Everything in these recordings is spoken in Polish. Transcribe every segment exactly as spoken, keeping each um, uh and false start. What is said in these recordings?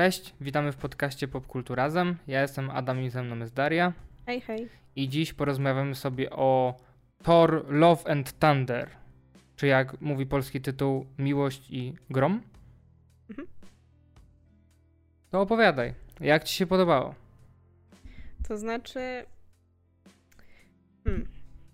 Cześć, witamy w podcaście Popkulturazem. Ja jestem Adam i ze mną jest Daria. Hej, hej. I dziś porozmawiamy sobie o Thor Love and Thunder, czy jak mówi polski tytuł Miłość i Grom. Mhm. To opowiadaj, jak ci się podobało? To znaczy... Hmm.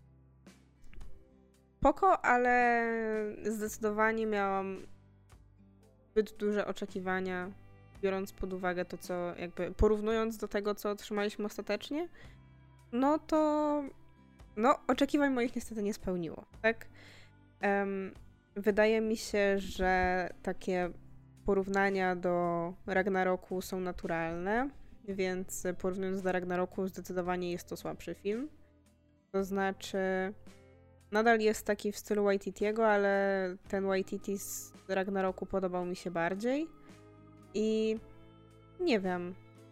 Poko, ale zdecydowanie miałam zbyt duże oczekiwania, biorąc pod uwagę to, co jakby porównując do tego, co otrzymaliśmy ostatecznie, no to no oczekiwań moich niestety nie spełniło, tak? Um, wydaje mi się, że takie porównania do Ragnaroku są naturalne, więc porównując do Ragnaroku zdecydowanie jest to słabszy film. To znaczy nadal jest taki w stylu Waititiego, ale ten Waititi z Ragnaroku podobał mi się bardziej. I nie wiem.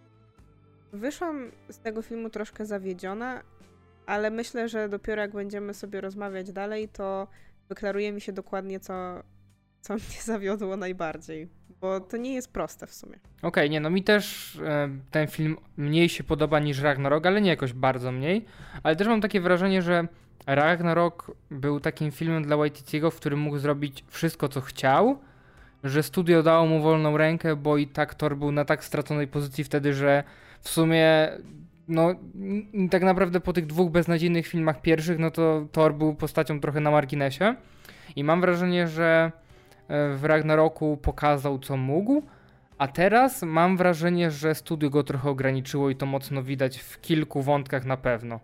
Wyszłam z tego filmu troszkę zawiedziona, ale myślę, że dopiero jak będziemy sobie rozmawiać dalej, to wyklaruje mi się dokładnie, co, co mnie zawiodło najbardziej. Bo to nie jest proste w sumie. Okej, okay, nie no mi też e, ten film mniej się podoba niż Ragnarok, ale nie jakoś bardzo mniej. Ale też mam takie wrażenie, że Ragnarok był takim filmem dla Waititiego, w którym mógł zrobić wszystko, co chciał, że studio dało mu wolną rękę, bo i tak Thor był na tak straconej pozycji wtedy, że w sumie no tak naprawdę po tych dwóch beznadziejnych filmach pierwszych, no to Thor był postacią trochę na marginesie i mam wrażenie, że w Ragnaroku pokazał, co mógł, a teraz mam wrażenie, że studio go trochę ograniczyło i to mocno widać w kilku wątkach na pewno.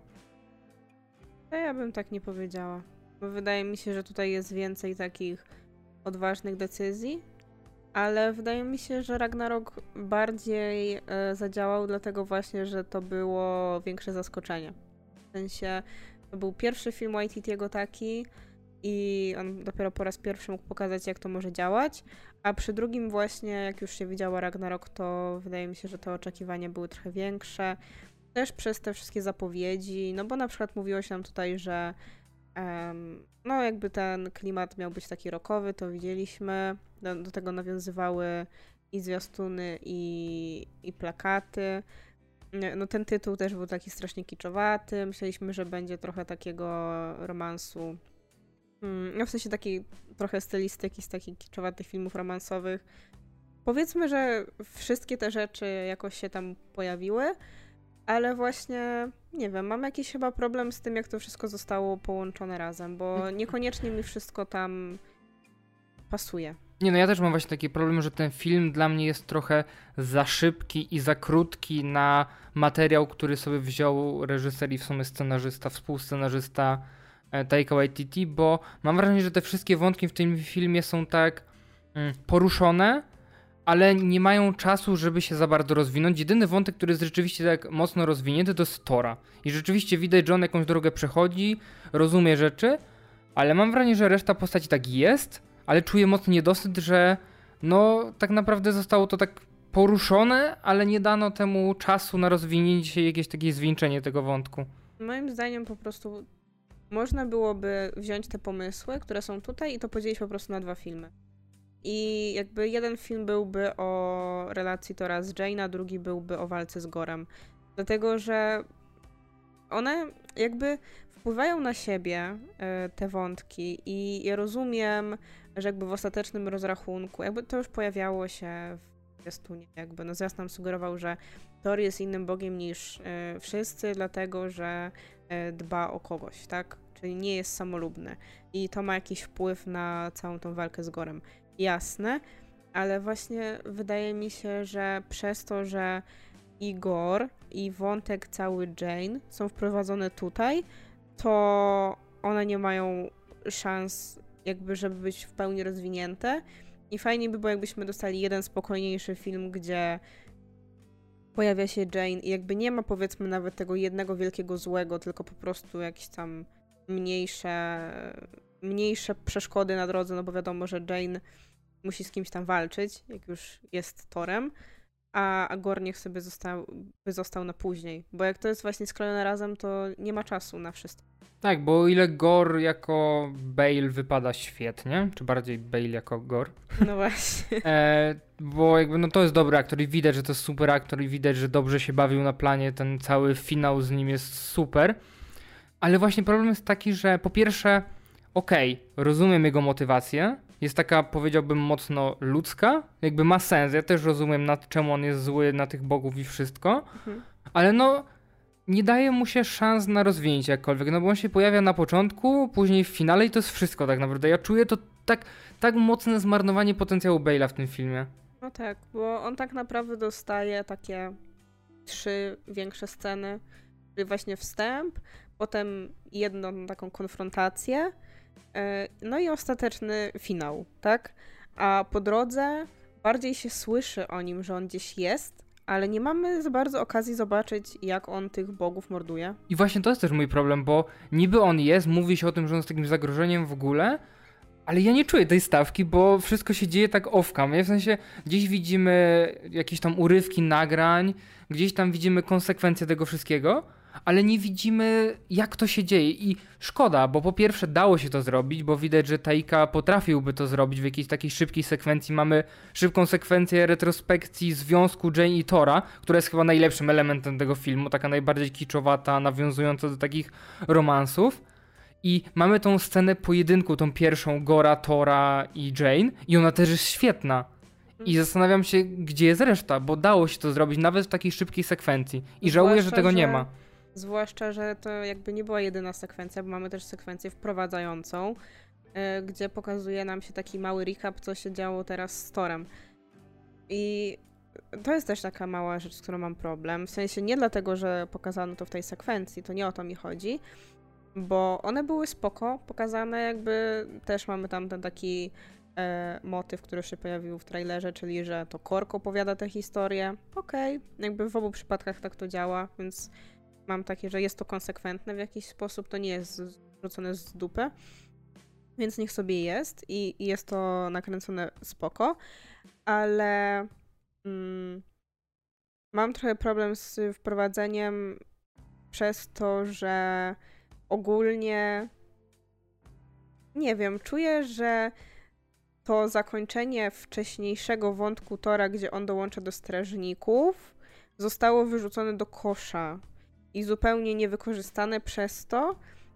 To ja bym tak nie powiedziała, bo wydaje mi się, że tutaj jest więcej takich odważnych decyzji, ale wydaje mi się, że Ragnarok bardziej e, zadziałał dlatego właśnie, że to było większe zaskoczenie. W sensie to był pierwszy film Waititiego taki i on dopiero po raz pierwszy mógł pokazać, jak to może działać, a przy drugim właśnie, jak już się widziało Ragnarok, to wydaje mi się, że te oczekiwania były trochę większe. Też przez te wszystkie zapowiedzi, no bo na przykład mówiło się nam tutaj, że um, no jakby ten klimat miał być taki rockowy, to widzieliśmy. Do, do tego nawiązywały i zwiastuny, i, i plakaty. No ten tytuł też był taki strasznie kiczowaty. Myśleliśmy, że będzie trochę takiego romansu. No w sensie takiej trochę stylistyki z takich kiczowatych filmów romansowych. Powiedzmy, że wszystkie te rzeczy jakoś się tam pojawiły, ale właśnie, nie wiem, mam jakiś chyba problem z tym, jak to wszystko zostało połączone razem, bo niekoniecznie mi wszystko tam pasuje. Nie no, ja też mam właśnie taki problem, że ten film dla mnie jest trochę za szybki i za krótki na materiał, który sobie wziął reżyser i w sumie scenarzysta, współscenarzysta Taika Waititi, bo mam wrażenie, że te wszystkie wątki w tym filmie są tak mm, poruszone, ale nie mają czasu, żeby się za bardzo rozwinąć. Jedyny wątek, który jest rzeczywiście tak mocno rozwinięty, to jest Thora. I rzeczywiście widać, że on jakąś drogę przechodzi, rozumie rzeczy, ale mam wrażenie, że reszta postaci tak jest, ale czuję mocny niedosyt, że no tak naprawdę zostało to tak poruszone, ale nie dano temu czasu na rozwinięcie się, jakieś takie zwieńczenie tego wątku. Moim zdaniem po prostu można byłoby wziąć te pomysły, które są tutaj i to podzielić po prostu na dwa filmy. I jakby jeden film byłby o relacji Thora z Jane, a drugi byłby o walce z Gorem. Dlatego, że one jakby wpływają na siebie, te wątki, i ja rozumiem, że jakby w ostatecznym rozrachunku, jakby to już pojawiało się w zwiastunie, jakby no zwiastun nam sugerował, że Thor jest innym bogiem niż wszyscy, dlatego, że dba o kogoś, tak? Czyli nie jest samolubny. I to ma jakiś wpływ na całą tą walkę z Gorem. Jasne, ale właśnie wydaje mi się, że przez to, że i Gore, i wątek cały Jane są wprowadzone tutaj, to one nie mają szans jakby, żeby być w pełni rozwinięte. I fajnie by było, jakbyśmy dostali jeden spokojniejszy film, gdzie pojawia się Jane i jakby nie ma, powiedzmy, nawet tego jednego wielkiego złego, tylko po prostu jakieś tam mniejsze, mniejsze przeszkody na drodze, no bo wiadomo, że Jane musi z kimś tam walczyć, jak już jest Thorem. a, a Gore niech sobie został, by został na później. Bo jak to jest właśnie sklejone razem, to nie ma czasu na wszystko. Tak, bo o ile Gore jako Bale wypada świetnie, czy bardziej Bale jako Gore. No właśnie. E, bo jakby no to jest dobry aktor i widać, że to jest super aktor i widać, że dobrze się bawił na planie, ten cały finał z nim jest super. Ale właśnie problem jest taki, że po pierwsze, okej, okay, rozumiem jego motywację, jest taka, powiedziałbym, mocno ludzka, jakby ma sens, ja też rozumiem, nad czemu on jest zły na tych bogów i wszystko, mhm. ale no nie daje mu się szans na rozwinięcie jakkolwiek, no bo on się pojawia na początku, później w finale i to jest wszystko tak naprawdę. Ja czuję to tak, tak mocne zmarnowanie potencjału Bale'a w tym filmie. No tak, bo on tak naprawdę dostaje takie trzy większe sceny, czyli właśnie wstęp, potem jedną taką konfrontację, no i ostateczny finał, tak? A po drodze bardziej się słyszy o nim, że on gdzieś jest, ale nie mamy za bardzo okazji zobaczyć, jak on tych bogów morduje. I właśnie to jest też mój problem, bo niby on jest, mówi się o tym, że on jest takim zagrożeniem w ogóle, ale ja nie czuję tej stawki, bo wszystko się dzieje tak off-cam. W sensie gdzieś widzimy jakieś tam urywki nagrań, gdzieś tam widzimy konsekwencje tego wszystkiego, ale nie widzimy, jak to się dzieje i szkoda, bo po pierwsze dało się to zrobić, bo widać, że Taika potrafiłby to zrobić w jakiejś takiej szybkiej sekwencji. Mamy szybką sekwencję retrospekcji związku Jane i Tora, która jest chyba najlepszym elementem tego filmu, taka najbardziej kiczowata, nawiązująca do takich romansów. I mamy tą scenę pojedynku, tą pierwszą Gora, Tora i Jane i ona też jest świetna. I zastanawiam się, gdzie jest reszta, bo dało się to zrobić nawet w takiej szybkiej sekwencji. I żałuję, zwłaszcza, że tego nie ma. Zwłaszcza, że to jakby nie była jedyna sekwencja, bo mamy też sekwencję wprowadzającą, yy, gdzie pokazuje nam się taki mały recap, co się działo teraz z Torem. I to jest też taka mała rzecz, z którą mam problem. W sensie nie dlatego, że pokazano to w tej sekwencji, to nie o to mi chodzi, bo one były spoko pokazane, jakby też mamy tam ten taki e, motyw, który się pojawił w trailerze, czyli że to Kork opowiada tę historię. Okej, okay. Jakby w obu przypadkach tak to działa, więc mam takie, że jest to konsekwentne w jakiś sposób, to nie jest rzucone z dupy, więc niech sobie jest i, i jest to nakręcone spoko, ale mm, mam trochę problem z wprowadzeniem przez to, że ogólnie nie wiem, czuję, że to zakończenie wcześniejszego wątku Tora, gdzie on dołącza do strażników, zostało wyrzucone do kosza i zupełnie niewykorzystane przez to,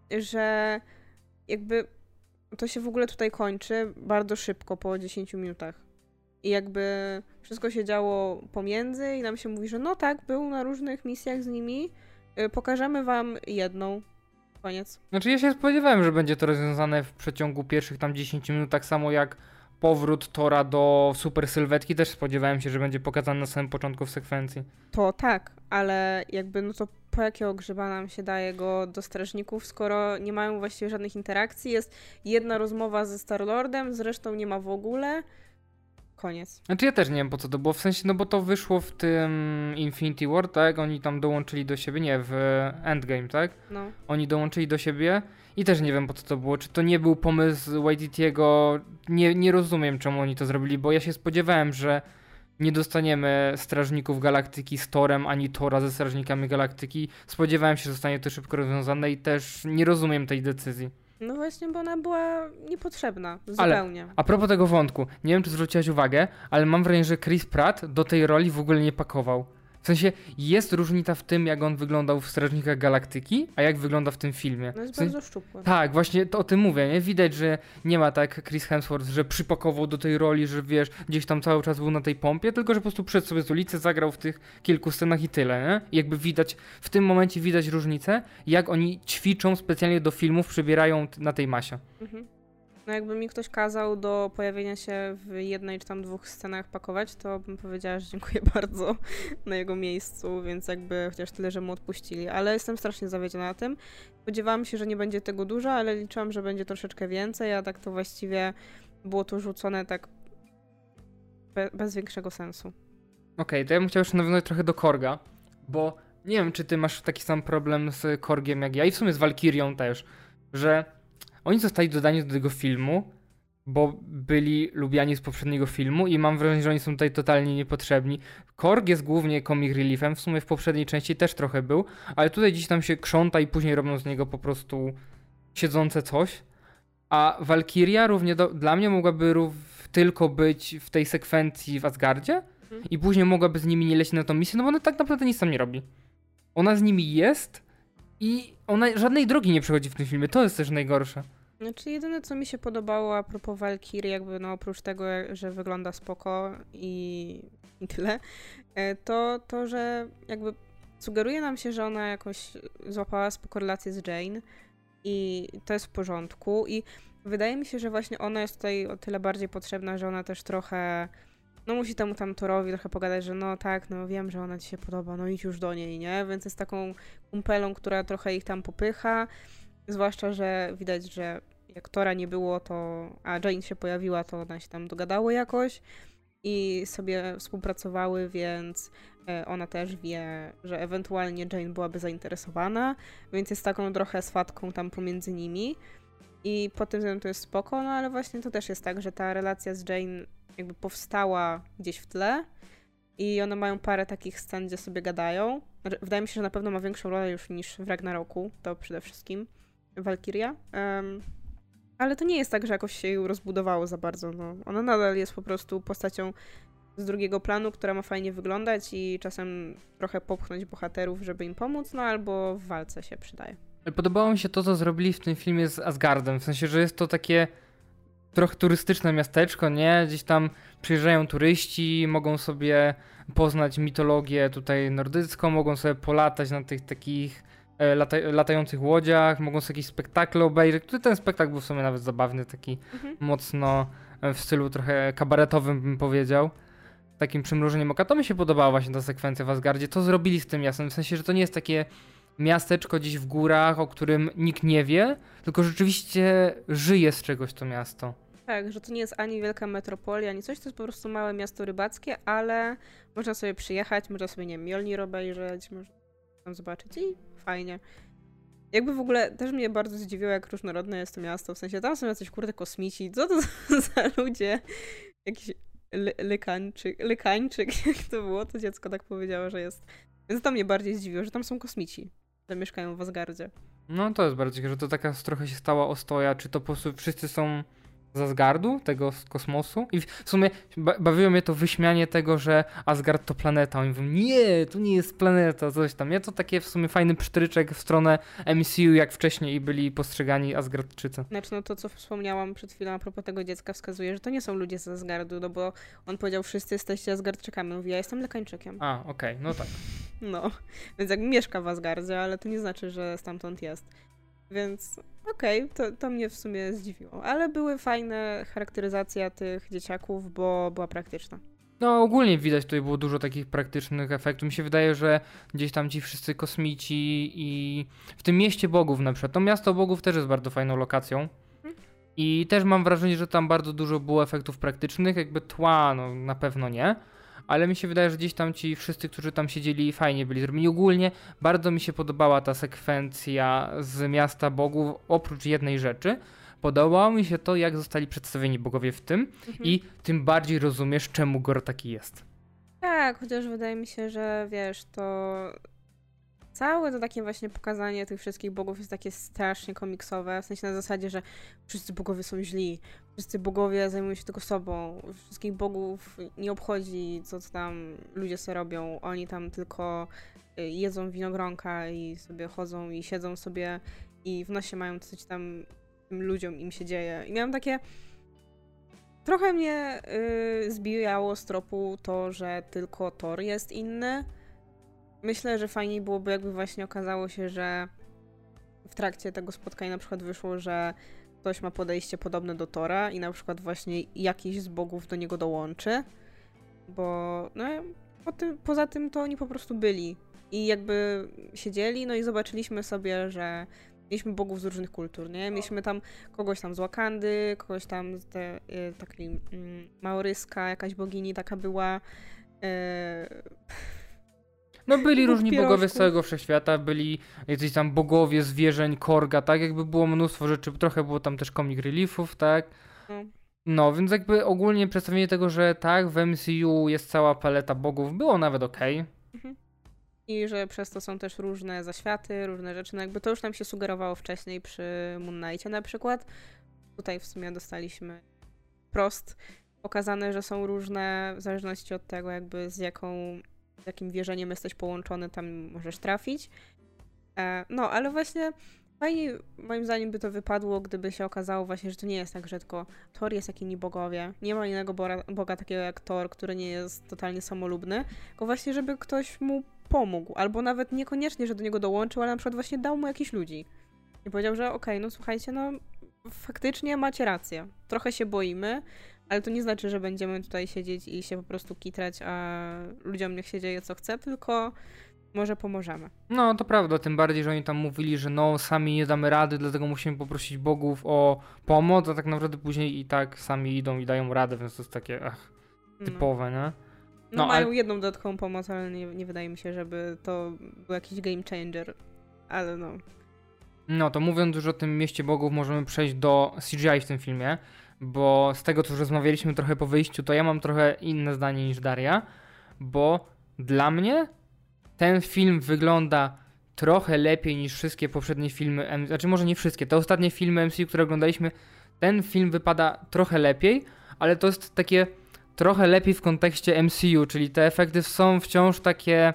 że jakby to się w ogóle tutaj kończy bardzo szybko, po dziesięciu minutach. I jakby wszystko się działo pomiędzy i nam się mówi, że no tak, był na różnych misjach z nimi, pokażemy wam jedną. Koniec. Znaczy ja się spodziewałem, że będzie to rozwiązane w przeciągu pierwszych tam dziesięciu minut, tak samo jak powrót Tora do super sylwetki, też spodziewałem się, że będzie pokazany na samym początku w sekwencji. To tak, ale jakby no to po jakiego grzyba nam się daje go do strażników, skoro nie mają właściwie żadnych interakcji, jest jedna rozmowa ze Star-Lordem, zresztą nie ma w ogóle. Koniec. Znaczy ja też nie wiem, po co to było, w sensie, no bo to wyszło w tym Infinity War, tak? Oni tam dołączyli do siebie, nie, w Endgame, tak? No. Oni dołączyli do siebie i też nie wiem, po co to było. Czy to nie był pomysł Waititiego? Nie, nie rozumiem, czemu oni to zrobili, bo ja się spodziewałem, że nie dostaniemy Strażników Galaktyki z Torem, ani Tora ze Strażnikami Galaktyki. Spodziewałem się, że zostanie to szybko rozwiązane i też nie rozumiem tej decyzji. No właśnie, bo ona była niepotrzebna, zupełnie. Ale a propos tego wątku, nie wiem, czy zwróciłaś uwagę, ale mam wrażenie, że Chris Pratt do tej roli w ogóle nie pakował. W sensie jest różnica w tym, jak on wyglądał w Strażnikach Galaktyki, a jak wygląda w tym filmie. No jest w sensie, bardzo szczupły. Tak, właśnie to o tym mówię, nie? Widać, że nie ma tak Chris Hemsworth, że przypakował do tej roli, że wiesz, gdzieś tam cały czas był na tej pompie, tylko że po prostu przyszedł sobie z ulicy, zagrał w tych kilku scenach i tyle, nie? I jakby widać, w tym momencie widać różnicę, jak oni ćwiczą specjalnie do filmów, przybierają na tej masie. Mhm. No jakby mi ktoś kazał do pojawienia się w jednej czy tam dwóch scenach pakować, to bym powiedziała, że dziękuję bardzo na jego miejscu, więc jakby chociaż tyle, że mu odpuścili. Ale jestem strasznie zawiedziona na tym. Spodziewałam się, że nie będzie tego dużo, ale liczyłam, że będzie troszeczkę więcej, a tak to właściwie było to rzucone tak be- bez większego sensu. Okej, okay, to ja bym chciał jeszcze nawiązać trochę do Korga, bo nie wiem, czy ty masz taki sam problem z Korgiem jak ja i w sumie z Valkyrią też, że oni zostali dodani do tego filmu bo byli lubiani z poprzedniego filmu i mam wrażenie, że oni są tutaj totalnie niepotrzebni. Korg jest głównie comic reliefem, w sumie w poprzedniej części też trochę był, ale tutaj gdzieś tam się krząta i później robią z niego po prostu siedzące coś. A Valkyria równie do, dla mnie mogłaby rów, tylko być w tej sekwencji w Asgardzie mhm. i później mogłaby z nimi nie lecieć na tą misję, no bo ona tak naprawdę nic tam nie robi. Ona z nimi jest i ona żadnej drogi nie przechodzi w tym filmie, to jest też najgorsze. Znaczy jedyne co mi się podobało a propos Valkyrie, jakby no oprócz tego, że wygląda spoko i, i tyle, to to, że jakby sugeruje nam się, że ona jakoś złapała spoko relację z Jane i to jest w porządku i wydaje mi się, że właśnie ona jest tutaj o tyle bardziej potrzebna, że ona też trochę, no musi temu tam Thorowi trochę pogadać, że no tak, no wiem, że ona ci się podoba, no idź już do niej, nie? Więc jest taką kumpelą, która trochę ich tam popycha, zwłaszcza, że widać, że jak Thora nie było, to a Jane się pojawiła, to one się tam dogadały jakoś i sobie współpracowały, więc ona też wie, że ewentualnie Jane byłaby zainteresowana, więc jest taką trochę swatką tam pomiędzy nimi i pod tym względem to jest spoko, no ale właśnie to też jest tak, że ta relacja z Jane jakby powstała gdzieś w tle i one mają parę takich scen, gdzie sobie gadają. Wydaje mi się, że na pewno ma większą rolę już niż w Ragnaroku, to przede wszystkim Valkyria. Um, ale to nie jest tak, że jakoś się ją rozbudowało za bardzo. No. Ona nadal jest po prostu postacią z drugiego planu, która ma fajnie wyglądać i czasem trochę popchnąć bohaterów, żeby im pomóc, no albo w walce się przydaje. Podobało mi się to, co zrobili w tym filmie z Asgardem, w sensie, że jest to takie trochę turystyczne miasteczko, nie? Gdzieś tam przyjeżdżają turyści, mogą sobie poznać mitologię tutaj nordycką, mogą sobie polatać na tych takich e, lata, latających łodziach, mogą sobie jakieś spektakle obejrzeć. Tutaj ten spektakl był w sumie nawet zabawny, taki mhm. mocno w stylu trochę kabaretowym bym powiedział. Takim przymrużeniem oka. To mi się podobała właśnie ta sekwencja w Asgardzie. To zrobili z tym miastem, w sensie, że to nie jest takie miasteczko gdzieś w górach, o którym nikt nie wie, tylko rzeczywiście żyje z czegoś to miasto. Tak, że to nie jest ani wielka metropolia, ani coś, to jest po prostu małe miasto rybackie, ale można sobie przyjechać, można sobie, nie wiem, Mjolnir obejrzeć, można tam zobaczyć i fajnie. Jakby w ogóle też mnie bardzo zdziwiło, jak różnorodne jest to miasto, w sensie tam są jacyś kurde kosmici, co to za ludzie? Jakiś ly- lykańczyk, lykańczyk, jak to było, to dziecko tak powiedziało, że jest. Więc to mnie bardziej zdziwiło, że tam są kosmici, że mieszkają w Asgardzie. No to jest bardziej, że to taka trochę się stała ostoja, czy to po prostu wszyscy są z Asgardu, tego z kosmosu. I w sumie ba- bawiło mnie to wyśmianie tego, że Asgard to planeta. Oni mówią, nie, to nie jest planeta, coś tam. Nie, to takie w sumie fajny psztryczek w stronę M C U, jak wcześniej byli postrzegani Asgardczycy. Znaczy, no to, co wspomniałam przed chwilą a propos tego dziecka, wskazuje, że to nie są ludzie z Asgardu, no bo on powiedział, wszyscy jesteście Asgardczykami. Mówi, ja jestem Lekańczykiem. A, okej, okay, no tak. No, więc jakby mieszka w Asgardzie, ale to nie znaczy, że stamtąd jest. Więc okej, okay, to, to mnie w sumie zdziwiło. Ale były fajne charakteryzacja tych dzieciaków, bo była praktyczna. No ogólnie widać, tutaj było dużo takich praktycznych efektów. Mi się wydaje, że gdzieś tam ci wszyscy kosmici i w tym mieście bogów na przykład. To miasto bogów też jest bardzo fajną lokacją. Mhm. I też mam wrażenie, że tam bardzo dużo było efektów praktycznych. Jakby tła, no na pewno nie. Ale mi się wydaje, że gdzieś tam ci wszyscy, którzy tam siedzieli, fajnie byli zrobieni. Ogólnie bardzo mi się podobała ta sekwencja z Miasta Bogów, oprócz jednej rzeczy. Podobało mi się to, jak zostali przedstawieni bogowie w tym mhm. i tym bardziej rozumiesz, czemu Gorr taki jest. Tak, chociaż wydaje mi się, że wiesz, to całe to takie właśnie pokazanie tych wszystkich bogów jest takie strasznie komiksowe, w sensie na zasadzie, że wszyscy bogowie są źli, wszyscy bogowie zajmują się tylko sobą, wszystkich bogów nie obchodzi, co tam ludzie sobie robią, oni tam tylko jedzą winogronka i sobie chodzą i siedzą sobie i w nosie mają coś tam tym ludziom im się dzieje. I miałam takie... Trochę mnie yy, zbijało z tropu to, że tylko Thor jest inny. Myślę, że fajniej byłoby, jakby właśnie okazało się, że w trakcie tego spotkania na przykład wyszło, że ktoś ma podejście podobne do Thora i na przykład właśnie jakiś z bogów do niego dołączy. Bo no, po tym, poza tym to oni po prostu byli. I jakby siedzieli, no i zobaczyliśmy sobie, że mieliśmy bogów z różnych kultur, nie? Mieliśmy tam kogoś tam z Wakandy, kogoś tam z te, y, takiej y, maoryska, jakaś bogini taka była. Y, No byli różni pierożków. Bogowie z całego wszechświata, byli jacyś tam bogowie zwierzeń, Korga, tak? Jakby było mnóstwo rzeczy, trochę było tam też comic reliefów, tak? No. No, więc jakby ogólnie przedstawienie tego, że tak, w M C U jest cała paleta bogów, było nawet okej. Mhm. I że przez to są też różne zaświaty, różne rzeczy. No jakby to już nam się sugerowało wcześniej przy Moon Knightie na przykład. Tutaj w sumie dostaliśmy prost pokazane, że są różne w zależności od tego jakby z jaką, z jakim wierzeniem jesteś połączony, tam możesz trafić. E, no, ale właśnie fajnie moim zdaniem by to wypadło, gdyby się okazało właśnie, że to nie jest tak, że tylko Thor jest jak inni bogowie. Nie ma innego boga, boga takiego jak Thor, który nie jest totalnie samolubny, tylko właśnie, żeby ktoś mu pomógł, albo nawet niekoniecznie, że do niego dołączył, ale na przykład właśnie dał mu jakichś ludzi. I powiedział, że okej, okay, no słuchajcie, no faktycznie macie rację. Trochę się boimy, ale to nie znaczy, że będziemy tutaj siedzieć i się po prostu kitrać, a ludziom niech się dzieje co chce, tylko może pomożemy. No, to prawda, tym bardziej, że oni tam mówili, że no, sami nie damy rady, dlatego musimy poprosić bogów o pomoc, a tak naprawdę później i tak sami idą i dają radę, więc to jest takie, ach, typowe, no. nie? No, no mają ale... jedną dodatkową pomoc, ale nie, nie wydaje mi się, żeby to był jakiś game changer, ale no. No, to mówiąc już o tym mieście bogów, możemy przejść do C G I w tym filmie, bo z tego, co już rozmawialiśmy trochę po wyjściu, to ja mam trochę inne zdanie niż Daria, bo dla mnie ten film wygląda trochę lepiej niż wszystkie poprzednie filmy, M- znaczy może nie wszystkie, te ostatnie filmy M C U, które oglądaliśmy, ten film wypada trochę lepiej, ale to jest takie trochę lepiej w kontekście M C U, czyli te efekty są wciąż takie,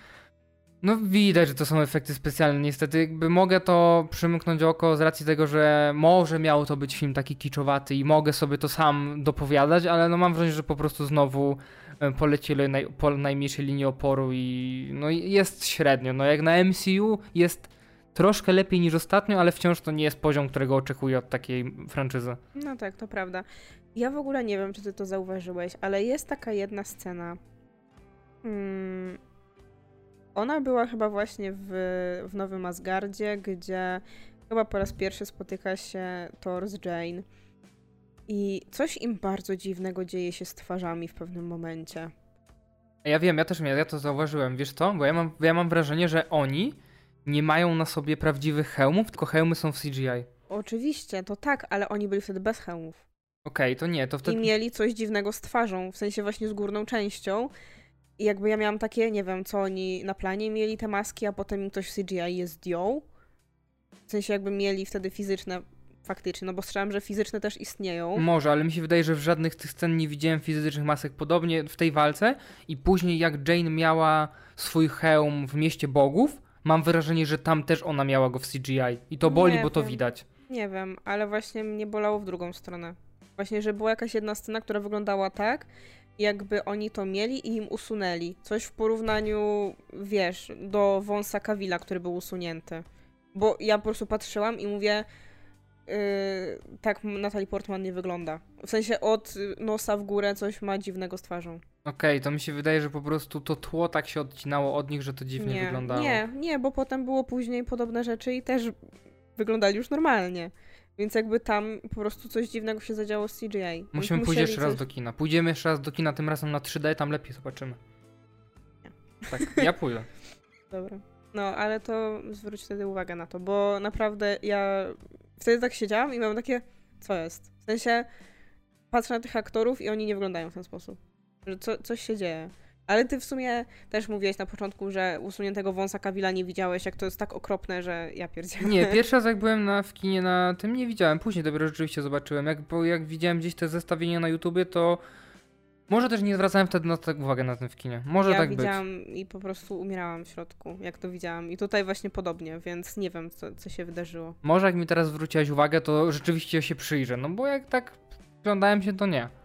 no widać, że to są efekty specjalne, niestety jakby mogę to przymknąć oko z racji tego, że może miał to być film taki kiczowaty i mogę sobie to sam dopowiadać, ale no mam wrażenie, że po prostu znowu polecieli naj, po najmniejszej linii oporu i no jest średnio. No jak na M C U jest troszkę lepiej niż ostatnio, ale wciąż to nie jest poziom, którego oczekuję od takiej franczyzy. No tak, to prawda. Ja w ogóle nie wiem, czy ty to zauważyłeś, ale jest taka jedna scena. Hmm. Ona była chyba właśnie w, w Nowym Asgardzie, gdzie chyba po raz pierwszy spotyka się Thor z Jane. I coś im bardzo dziwnego dzieje się z twarzami w pewnym momencie. Ja wiem, ja też miałem, ja to zauważyłem, wiesz co? Bo ja mam, ja mam wrażenie, że oni nie mają na sobie prawdziwych hełmów, tylko hełmy są w C G I. Oczywiście, to tak, ale oni byli wtedy bez hełmów. Okej, okay, to nie, to wtedy... I mieli coś dziwnego z twarzą, w sensie właśnie z górną częścią. I jakby ja miałam takie, nie wiem, co oni na planie mieli te maski, a potem im ktoś w C G I je zdjął. W sensie jakby mieli wtedy fizyczne faktycznie, no bo słyszałam, że fizyczne też istnieją. Może, ale mi się wydaje, że w żadnych tych scen nie widziałem fizycznych masek. Podobnie w tej walce i później jak Jane miała swój hełm w Mieście Bogów, mam wrażenie, że tam też ona miała go w C G I. I to boli, nie bo wiem. to widać. Nie wiem, ale właśnie mnie bolało w drugą stronę. Właśnie, że była jakaś jedna scena, która wyglądała tak, jakby oni to mieli i im usunęli. Coś w porównaniu, wiesz, do wąsa Cavilla, który był usunięty. Bo ja po prostu patrzyłam i mówię, yy, tak Natalie Portman nie wygląda. W sensie od nosa w górę coś ma dziwnego z twarzą. Okej, okay, to mi się wydaje, że po prostu to tło tak się odcinało od nich, że to dziwnie nie, wyglądało. Nie, nie, bo potem było później podobne rzeczy i też wyglądali już normalnie. Więc jakby tam po prostu coś dziwnego się zadziało z C G I. Musimy pójść jeszcze coś... raz do kina. Pójdziemy jeszcze raz do kina, tym razem na trzy D, tam lepiej zobaczymy. Nie. Tak, ja pójdę. Dobra. No, ale to zwróć wtedy uwagę na to, bo naprawdę ja wtedy tak siedziałam i miałam takie, co jest? W sensie patrzę na tych aktorów i oni nie wyglądają w ten sposób. Że co, coś się dzieje. Ale ty w sumie też mówiłeś na początku, że usuniętego wąsa Cavilla nie widziałeś, jak to jest tak okropne, że ja pierdzielę. Nie, pierwszy raz jak byłem na, w kinie na tym nie widziałem, później dopiero rzeczywiście zobaczyłem. Jak, bo jak widziałem gdzieś te zestawienia na YouTubie, to może też nie zwracałem wtedy na tak uwagę na tym w kinie. Może ja tak być. Ja widziałam i po prostu umierałam w środku, jak to widziałam. I tutaj właśnie podobnie, więc nie wiem, co, co się wydarzyło. Może jak mi teraz zwróciłaś uwagę, to rzeczywiście się przyjrzę, no bo jak tak przyglądałem się, to nie.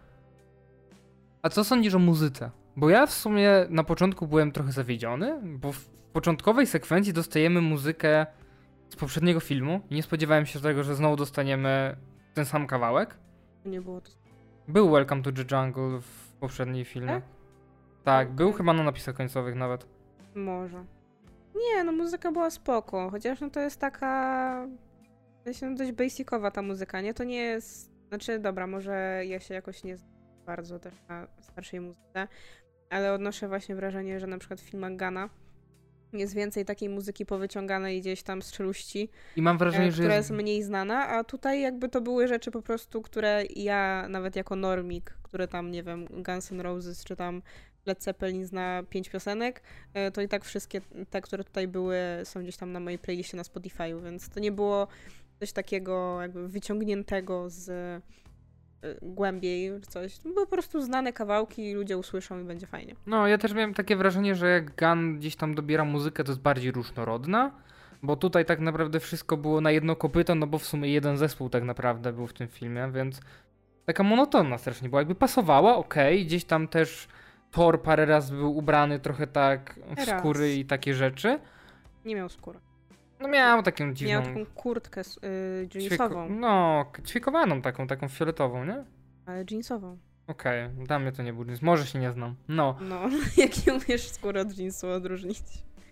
A co sądzisz o muzyce? Bo ja w sumie na początku byłem trochę zawiedziony, bo w początkowej sekwencji dostajemy muzykę z poprzedniego filmu i nie spodziewałem się tego, że znowu dostaniemy ten sam kawałek. Nie było to. Był Welcome to the Jungle w poprzednim filmie. Tak? Tak, Okay. był chyba na napisach końcowych nawet. Może. Nie, no muzyka była spoko, chociaż no to jest taka... W sensie no dość basicowa ta muzyka, nie? To nie jest... Znaczy, dobra, może ja się jakoś nie znam bardzo też na starszej muzyce, ale odnoszę właśnie wrażenie, że na przykład w filmach Gana Jest więcej takiej muzyki powyciąganej gdzieś tam z czeluści, I mam wrażenie, e, że która jest... jest mniej znana, a tutaj jakby to były rzeczy po prostu, które ja nawet jako normik, który tam, nie wiem, Guns N' Roses czy tam Led Zeppelin zna pięć piosenek, e, to i tak wszystkie te, które tutaj były, są gdzieś tam na mojej playliście na Spotify'u, więc to nie było coś takiego jakby wyciągniętego z e, głębiej czy coś. To były po prostu znane kawałki, ludzie usłyszą i będzie fajnie. No, ja też miałem takie wrażenie, że jak Gun gdzieś tam dobiera muzykę, to jest bardziej różnorodna, bo tutaj tak naprawdę wszystko było na jedno kopyto, no bo w sumie jeden zespół tak naprawdę był w tym filmie, więc taka monotonna strasznie była. Jakby pasowała, okej, gdzieś tam też Thor parę razy był ubrany trochę tak w Raz. skóry i takie rzeczy. Nie miał skóry. No miał taką dziwną... Miał taką kurtkę yy, jeansową. ćwieko- No, k- ćwiekowaną taką, taką fioletową, nie? Ale jeansową. Okej, dla mnie to nie był jeans. Może się nie znam. No. No, jak nie umiesz skórę od jeansu odróżnić.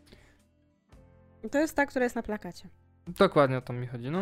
I to jest ta, która jest na plakacie. Dokładnie o to mi chodzi, no.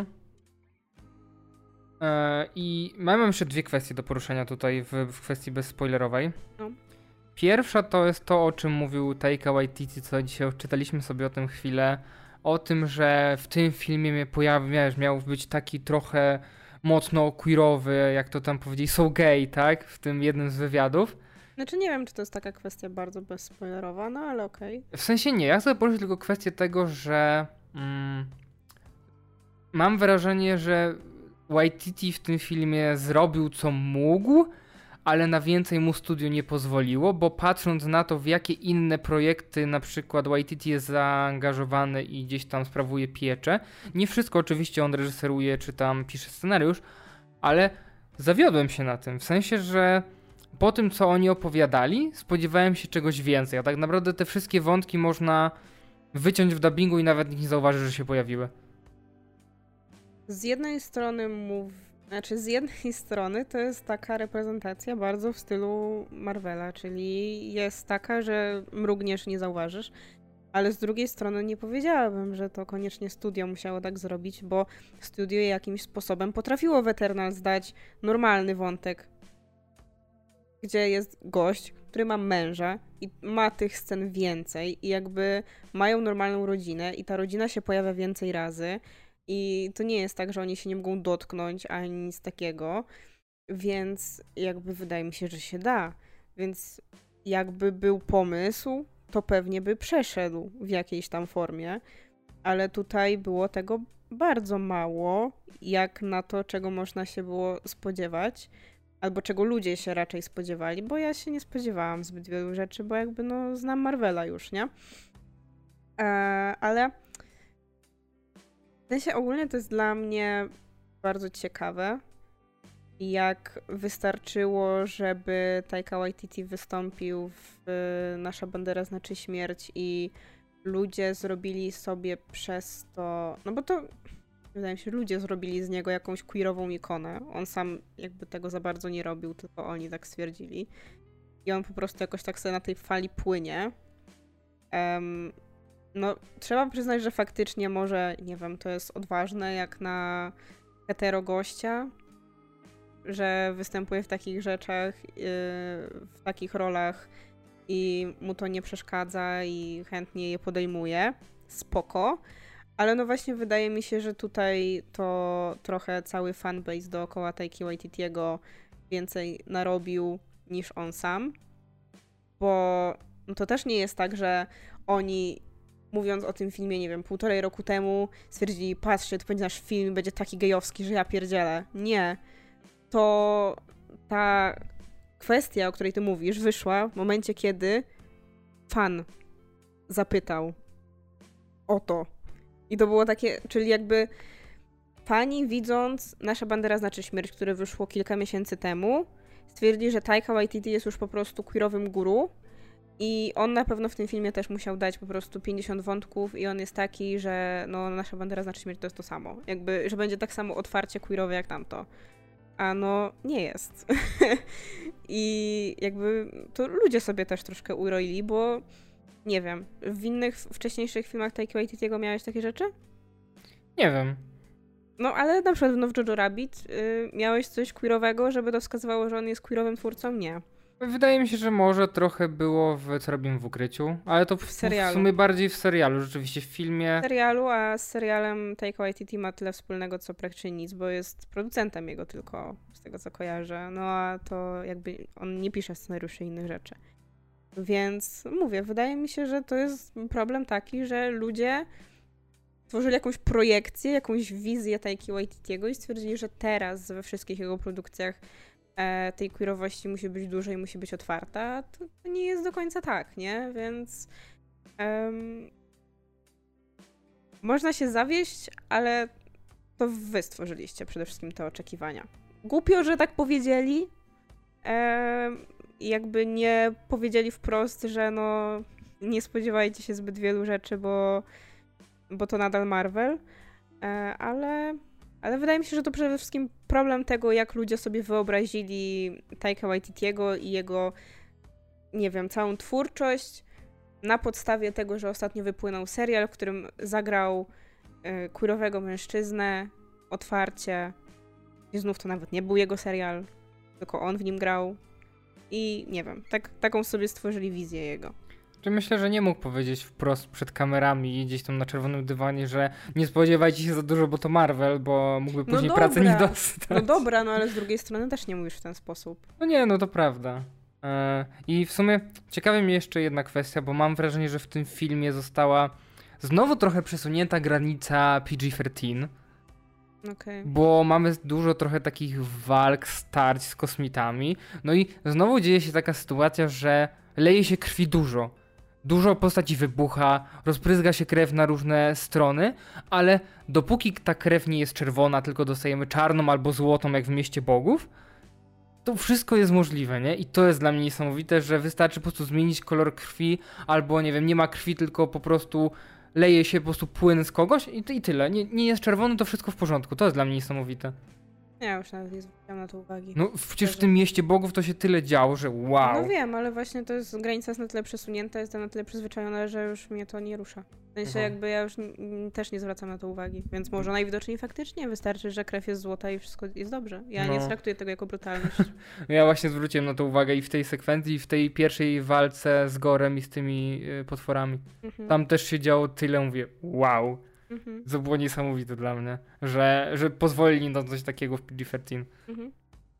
E, I mamy jeszcze dwie kwestie do poruszenia tutaj w, w kwestii bezspoilerowej. No. Pierwsza to jest to, o czym mówił Taika Waititi, co dzisiaj czytaliśmy sobie o tym chwilę. O tym, że w tym filmie mnie pojawi, wiesz, miał być taki trochę mocno queerowy, jak to tam powiedzieli, so gay, tak? W tym jednym z wywiadów. Znaczy nie wiem, czy to jest taka kwestia bardzo bezspoilerowa, no ale okej. W sensie nie, ja chcę poruszyć tylko kwestię tego, że mm, mam wrażenie, że Waititi w tym filmie zrobił co mógł, ale na więcej mu studio nie pozwoliło, bo patrząc na to, w jakie inne projekty na przykład Waititi jest zaangażowany i gdzieś tam sprawuje pieczę, nie wszystko oczywiście on reżyseruje czy tam pisze scenariusz, ale zawiodłem się na tym, w sensie, że po tym, co oni opowiadali, spodziewałem się czegoś więcej, a tak naprawdę te wszystkie wątki można wyciąć w dubbingu i nawet nikt nie zauważy, że się pojawiły. Z jednej strony mów... Znaczy z jednej strony to jest taka reprezentacja bardzo w stylu Marvela, czyli jest taka, że mrugniesz, nie zauważysz, ale z drugiej strony nie powiedziałabym, że to koniecznie studio musiało tak zrobić, bo studio jakimś sposobem potrafiło w Eternals dać normalny wątek, gdzie jest gość, który ma męża i ma tych scen więcej i jakby mają normalną rodzinę i ta rodzina się pojawia więcej razy i to nie jest tak, że oni się nie mogą dotknąć ani nic takiego, więc jakby wydaje mi się, że się da. Więc jakby był pomysł, to pewnie by przeszedł w jakiejś tam formie, ale tutaj było tego bardzo mało, jak na to, czego można się było spodziewać, albo czego ludzie się raczej spodziewali, bo ja się nie spodziewałam zbyt wielu rzeczy, bo jakby no znam Marvela już, nie? E, ale w sensie ogólnie to jest dla mnie bardzo ciekawe, jak wystarczyło, żeby Taika Waititi wystąpił w Nasza bandera znaczy śmierć i ludzie zrobili sobie przez to, no bo to wydaje mi się, że ludzie zrobili z niego jakąś queerową ikonę. On sam jakby tego za bardzo nie robił, tylko oni tak stwierdzili. I on po prostu jakoś tak sobie na tej fali płynie. Um, no, trzeba przyznać, że faktycznie może, nie wiem, to jest odważne jak na hetero gościa, że występuje w takich rzeczach, yy, w takich rolach i mu to nie przeszkadza i chętnie je podejmuje. Spoko. Ale no właśnie wydaje mi się, że tutaj to trochę cały fanbase dookoła Taiki Waititiego więcej narobił niż on sam. Bo no to też nie jest tak, że oni mówiąc o tym filmie, nie wiem, półtorej roku temu stwierdzili, patrzcie, to będzie nasz film, będzie taki gejowski, że ja pierdzielę. Nie. To ta kwestia, o której ty mówisz, wyszła w momencie, kiedy fan zapytał o to. I to było takie, czyli jakby fani widząc Nasza bandera znaczy śmierć, które wyszło kilka miesięcy temu, stwierdzili, że Taika Waititi jest już po prostu queerowym guru i on na pewno w tym filmie też musiał dać po prostu pięćdziesiąt wątków i on jest taki, że no Nasza bandera znaczy śmierć to jest to samo. Jakby, że będzie tak samo otwarcie queerowe jak tamto. A no nie jest. I jakby to ludzie sobie też troszkę uroili, bo nie wiem, w innych wcześniejszych filmach Taiki Waititiego miałeś takie rzeczy? Nie wiem. No, ale na przykład no, w Jojo Rabbit y, miałeś coś queerowego, żeby to wskazywało, że on jest queerowym twórcą? Nie. Wydaje mi się, że może trochę było w Co robimy w ukryciu, ale to w, W w serialu. sumie bardziej w serialu, rzeczywiście w filmie. W serialu, a z serialem Taika Waititi ma tyle wspólnego, co praktycznie nic, bo jest producentem jego tylko, z tego co kojarzę. No a to jakby on nie pisze scenariuszy i innych rzeczy. Więc mówię, wydaje mi się, że to jest problem taki, że ludzie tworzyli jakąś projekcję, jakąś wizję Taiki Waititiego i stwierdzili, że teraz we wszystkich jego produkcjach e, tej queerowości musi być dużo i musi być otwarta. To, to nie jest do końca tak, nie? Więc em, można się zawieść, ale to wy stworzyliście przede wszystkim te oczekiwania. Głupio, że tak powiedzieli. Em, jakby nie powiedzieli wprost, że no nie spodziewajcie się zbyt wielu rzeczy, bo, bo to nadal Marvel. E, ale, ale wydaje mi się, że to przede wszystkim problem tego, jak ludzie sobie wyobrazili Taika Waititiego i jego, nie wiem, całą twórczość na podstawie tego, że ostatnio wypłynął serial, w którym zagrał y, queerowego mężczyznę otwarcie. I znów to nawet nie był jego serial, tylko on w nim grał. I nie wiem, tak, taką sobie stworzyli wizję jego. Czy myślę, że nie mógł powiedzieć wprost przed kamerami i gdzieś tam na czerwonym dywanie, że nie spodziewajcie się za dużo, bo to Marvel, bo mógłby No później dobra. pracy nie dostać. No dobra, no ale z drugiej strony też nie mówisz w ten sposób. No nie, no to prawda. E, I w sumie ciekawi mnie jeszcze jedna kwestia, bo mam wrażenie, że w tym filmie została znowu trochę przesunięta granica P G trzynaście. Okej. Bo mamy dużo trochę takich walk, starć z kosmitami. No i znowu dzieje się taka sytuacja, że leje się krwi dużo. Dużo postaci wybucha, rozbryzga się krew na różne strony, ale dopóki ta krew nie jest czerwona, tylko dostajemy czarną albo złotą, jak w Mieście Bogów, to wszystko jest możliwe, nie? I to jest dla mnie niesamowite, że wystarczy po prostu zmienić kolor krwi, albo nie wiem, nie ma krwi, tylko po prostu leje się po prostu płyn z kogoś i, i tyle. Nie, nie jest czerwony, to wszystko w porządku. To jest dla mnie niesamowite. Ja już nawet nie zwróciłam na to uwagi. No przecież w tym Mieście Bogów to się tyle działo, że wow. No wiem, ale właśnie to jest, granica jest na tyle przesunięta, jestem na tyle przyzwyczajona, że już mnie to nie rusza. W sensie Mhm. jakby ja już n- też nie zwracam na to uwagi, więc może najwidoczniej faktycznie wystarczy, że krew jest złota i wszystko jest dobrze. Ja nie No. traktuję tego jako brutalność. Ja właśnie zwróciłem na to uwagę i w tej sekwencji, i w tej pierwszej walce z Gorem i z tymi y, potworami. Mhm. Tam też się działo tyle, mówię, wow. Mhm. To było niesamowite dla mnie, że, że pozwolili na coś takiego w P G trzynaście. Mhm.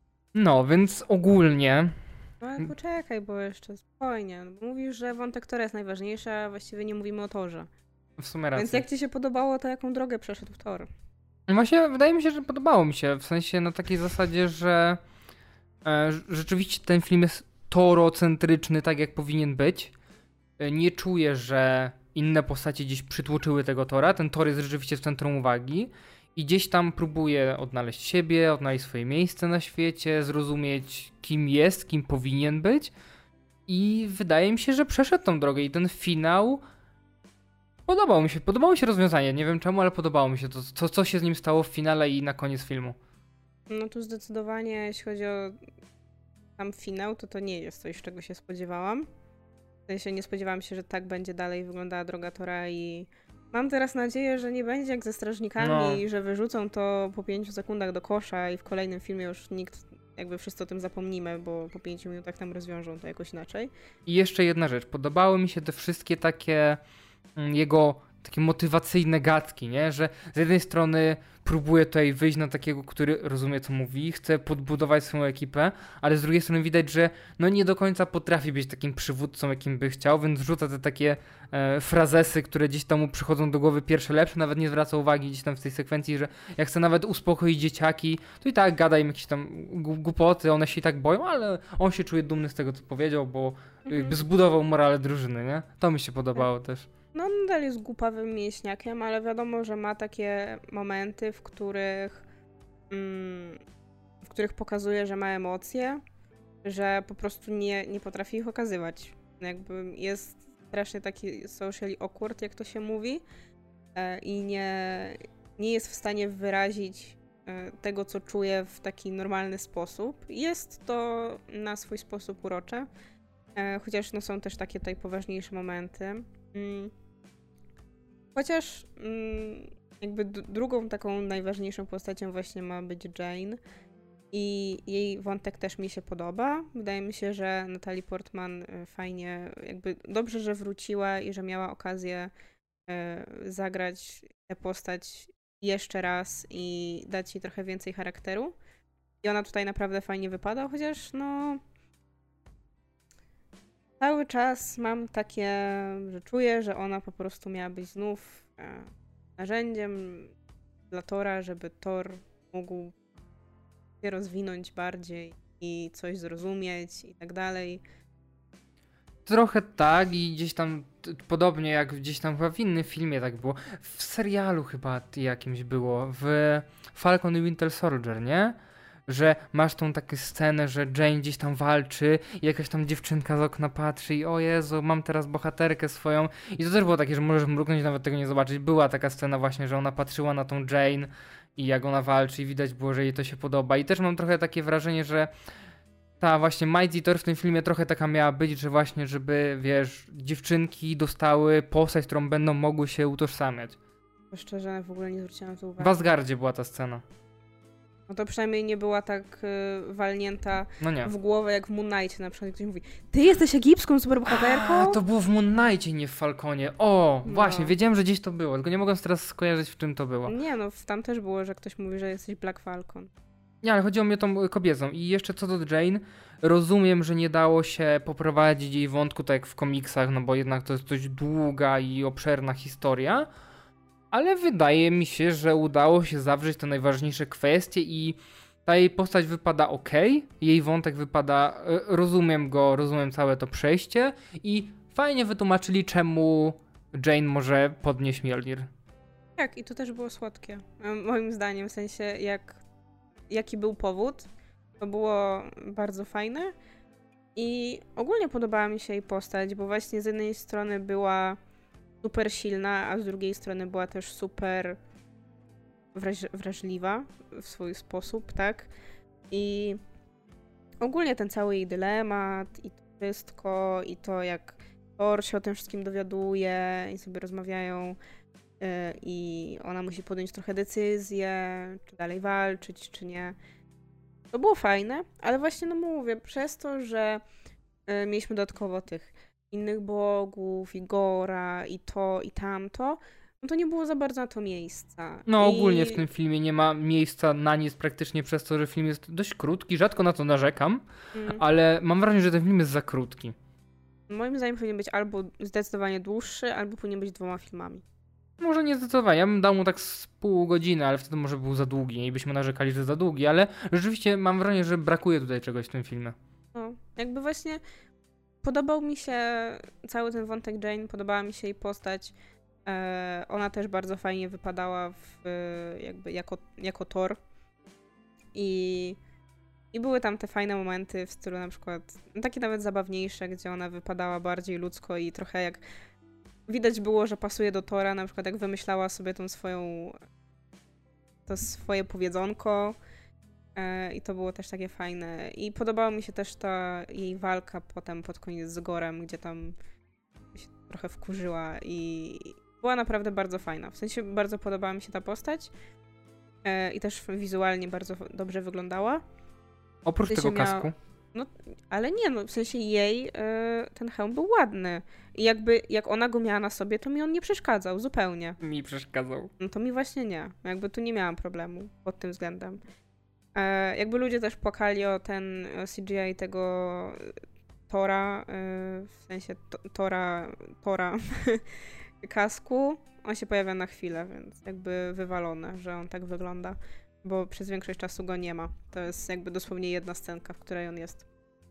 No, więc ogólnie... No ale poczekaj, bo jeszcze spokojnie. No, bo mówisz, że wątek Tora jest najważniejszy, a właściwie nie mówimy o Torze. W sumie racja. Więc jak ci się podobało, to jaką drogę przeszedł Thor? Właśnie wydaje mi się, że podobało mi się, w sensie na takiej zasadzie, że e, rzeczywiście ten film jest torocentryczny, tak jak powinien być. E, nie czuję, że inne postacie gdzieś przytłoczyły tego Tora. Ten Thor jest rzeczywiście w centrum uwagi i gdzieś tam próbuje odnaleźć siebie, odnaleźć swoje miejsce na świecie, zrozumieć kim jest, kim powinien być i wydaje mi się, że przeszedł tą drogę i ten finał podobał mi się, podobało mi się rozwiązanie, nie wiem czemu, ale podobało mi się to, co, co się z nim stało w finale i na koniec filmu. No tu zdecydowanie, jeśli chodzi o sam finał, to to nie jest coś, czego się spodziewałam. W sensie nie spodziewałam się, że tak będzie dalej wyglądała droga Tora i mam teraz nadzieję, że nie będzie jak ze Strażnikami No. i że wyrzucą to po pięciu sekundach do kosza i w kolejnym filmie już nikt, jakby wszyscy o tym zapomnimy, bo po pięciu minutach tam rozwiążą to jakoś inaczej. I jeszcze jedna rzecz, podobały mi się te wszystkie takie mm, jego takie motywacyjne gadki, nie? Że z jednej strony próbuje tutaj wyjść na takiego, który rozumie co mówi, chce podbudować swoją ekipę, ale z drugiej strony widać, że no nie do końca potrafi być takim przywódcą, jakim by chciał, więc rzuca te takie e, frazesy, które gdzieś tam mu przychodzą do głowy pierwsze lepsze, nawet nie zwraca uwagi gdzieś tam w tej sekwencji, że jak chce nawet uspokoić dzieciaki, to i tak gada im jakieś tam gu- głupoty, one się i tak boją, ale on się czuje dumny z tego, co powiedział, bo Mhm. jakby zbudował morale drużyny, nie? To mi się podobało też. No on nadal jest głupawym mięśniakiem, ale wiadomo, że ma takie momenty, w których mm, w których pokazuje, że ma emocje, że po prostu nie, nie potrafi ich okazywać. Jakby jest strasznie taki socially awkward, jak to się mówi, e, i nie, nie jest w stanie wyrazić e, tego, co czuje w taki normalny sposób. Jest to na swój sposób urocze, e, chociaż no, są też takie tutaj poważniejsze momenty. Mm. Chociaż mm, jakby d- drugą taką najważniejszą postacią właśnie ma być Jane. I jej wątek też mi się podoba. Wydaje mi się, że Natalie Portman fajnie, jakby dobrze, że wróciła i że miała okazję zagrać tę postać jeszcze raz i dać jej trochę więcej charakteru. I ona tutaj naprawdę fajnie wypada, chociaż no cały czas mam takie, że czuję, że ona po prostu miała być znów narzędziem dla Tora, żeby Thor mógł się rozwinąć bardziej i coś zrozumieć i tak dalej. Trochę tak i gdzieś tam t- podobnie jak gdzieś tam chyba w innym filmie tak było. W serialu chyba jakimś było, w Falcon i Winter Soldier, nie? Że masz tą taką scenę, że Jane gdzieś tam walczy i jakaś tam dziewczynka z okna patrzy i o Jezu, mam teraz bohaterkę swoją. I to też było takie, że możesz mruknąć, nawet tego nie zobaczyć. Była taka scena właśnie, że ona patrzyła na tą Jane i jak ona walczy i widać było, że jej to się podoba. I też mam trochę takie wrażenie, że ta właśnie Mighty Thor w tym filmie trochę taka miała być, że właśnie, żeby, wiesz, dziewczynki dostały postać, którą będą mogły się utożsamiać. Bo szczerze, w ogóle nie zwróciłam na to uwagi. W Asgardzie była ta scena. No to przynajmniej nie była tak y, walnięta No nie. w głowę jak w Moon Knightie na przykład. Ktoś mówi, ty jesteś egipską superbohaterką? A, to było w Moon Knightie, nie w Falconie. O, No. właśnie, wiedziałem, że gdzieś to było, tylko nie mogłem teraz skojarzyć, w czym to było. Nie, no tam też było, że ktoś mówi, że jesteś Black Falcon. Nie, ale chodziło mi o tą kobiecą. I jeszcze co do Jane, rozumiem, że nie dało się poprowadzić jej wątku tak jak w komiksach, no bo jednak to jest dość długa i obszerna historia, ale wydaje mi się, że udało się zawrzeć te najważniejsze kwestie i ta jej postać wypada ok, jej wątek wypada, rozumiem go, rozumiem całe to przejście i fajnie wytłumaczyli, czemu Jane może podnieść Mjolnir. Tak, i to też było słodkie. Moim zdaniem, w sensie jak, jaki był powód, to było bardzo fajne i ogólnie podobała mi się jej postać, bo właśnie z jednej strony była super silna, a z drugiej strony była też super wraż- wrażliwa w swój sposób, tak? I ogólnie ten cały jej dylemat i to wszystko, i to jak Thor się o tym wszystkim dowiaduje i sobie rozmawiają yy, i ona musi podjąć trochę decyzję, czy dalej walczyć, czy nie. To było fajne, ale właśnie no mówię, przez to, że yy, mieliśmy dodatkowo tych innych bogów, i Gora, i to, i tamto, no to nie było za bardzo na to miejsca. No I... ogólnie w tym filmie nie ma miejsca na nic praktycznie przez to, że film jest dość krótki, rzadko na to narzekam, Mm. ale mam wrażenie, że ten film jest za krótki. Moim zdaniem powinien być albo zdecydowanie dłuższy, albo powinien być dwoma filmami. Może nie zdecydowanie, ja bym dał mu tak z pół godziny, ale wtedy może był za długi i byśmy narzekali, że za długi, ale rzeczywiście mam wrażenie, że brakuje tutaj czegoś w tym filmie. No, jakby właśnie podobał mi się cały ten wątek Jane, podobała mi się jej postać. E, ona też bardzo fajnie wypadała w, jakby jako, jako Thor. I, I były tam te fajne momenty w stylu na przykład, no takie nawet zabawniejsze, gdzie ona wypadała bardziej ludzko i trochę jak widać było, że pasuje do Thora, na przykład jak wymyślała sobie tą swoją to swoje powiedzonko. I to było też takie fajne. I podobała mi się też ta jej walka potem pod koniec z Gorem, gdzie tam się trochę wkurzyła i była naprawdę bardzo fajna. W sensie bardzo podobała mi się ta postać i też wizualnie bardzo dobrze wyglądała. Oprócz w sensie tego kasku. Miała... No, ale nie, no w sensie jej ten hełm był ładny. I jakby jak ona go miała na sobie, to mi on nie przeszkadzał zupełnie. Mi przeszkadzał. No to mi właśnie nie. Jakby tu nie miałam problemu pod tym względem. E, jakby ludzie też płakali o ten C G I tego Tora, e, w sensie to, Tora, Tora kasku. On się pojawia na chwilę, więc jakby wywalone, że on tak wygląda, bo przez większość czasu go nie ma. To jest jakby dosłownie jedna scenka, w której on jest.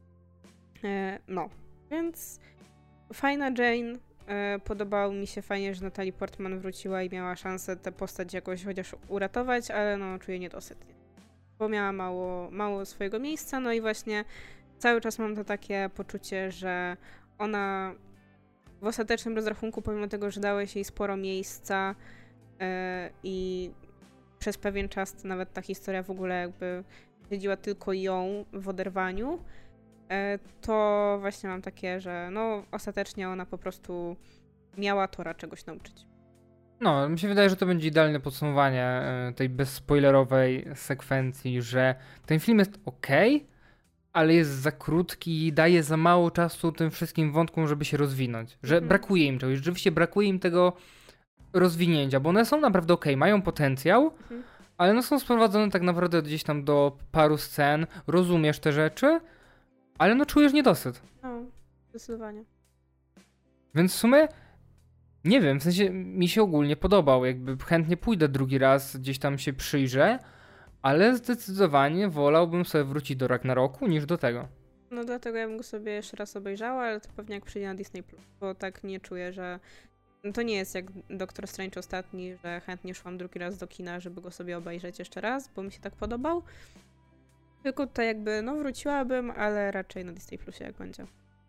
E, no, więc fajna Jane. E, podobało mi się fajnie, że Natalie Portman wróciła i miała szansę tę postać jakoś chociaż uratować, ale no czuję niedosyt. Bo miała mało, mało swojego miejsca, no i właśnie cały czas mam to takie poczucie, że ona w ostatecznym rozrachunku, pomimo tego, że dałeś jej sporo miejsca yy, i przez pewien czas nawet ta historia w ogóle jakby śledziła tylko ją w oderwaniu, yy, to właśnie mam takie, że no ostatecznie ona po prostu miała Tora czegoś nauczyć. No, mi się wydaje, że to będzie idealne podsumowanie e, tej bezspoilerowej sekwencji, że ten film jest ok, ale jest za krótki i daje za mało czasu tym wszystkim wątkom, żeby się rozwinąć. Że Mhm. brakuje im czegoś, rzeczywiście brakuje im tego rozwinięcia, bo one są naprawdę ok, mają potencjał, Mhm. ale no są sprowadzone tak naprawdę gdzieś tam do paru scen, rozumiesz te rzeczy, ale no czujesz niedosyt. No, zdecydowanie. Więc w sumie nie wiem, w sensie mi się ogólnie podobał, jakby chętnie pójdę drugi raz, gdzieś tam się przyjrzę, ale zdecydowanie wolałbym sobie wrócić do Ragnaroku niż do tego. No dlatego ja bym go sobie jeszcze raz obejrzała, ale to pewnie jak przyjdzie na Disney Plus, bo tak nie czuję, że no to nie jest jak Doctor Strange ostatni, że chętnie szłam drugi raz do kina, żeby go sobie obejrzeć jeszcze raz, bo mi się tak podobał. Tylko tutaj jakby, no wróciłabym, ale raczej na Disney Plusie jak będzie.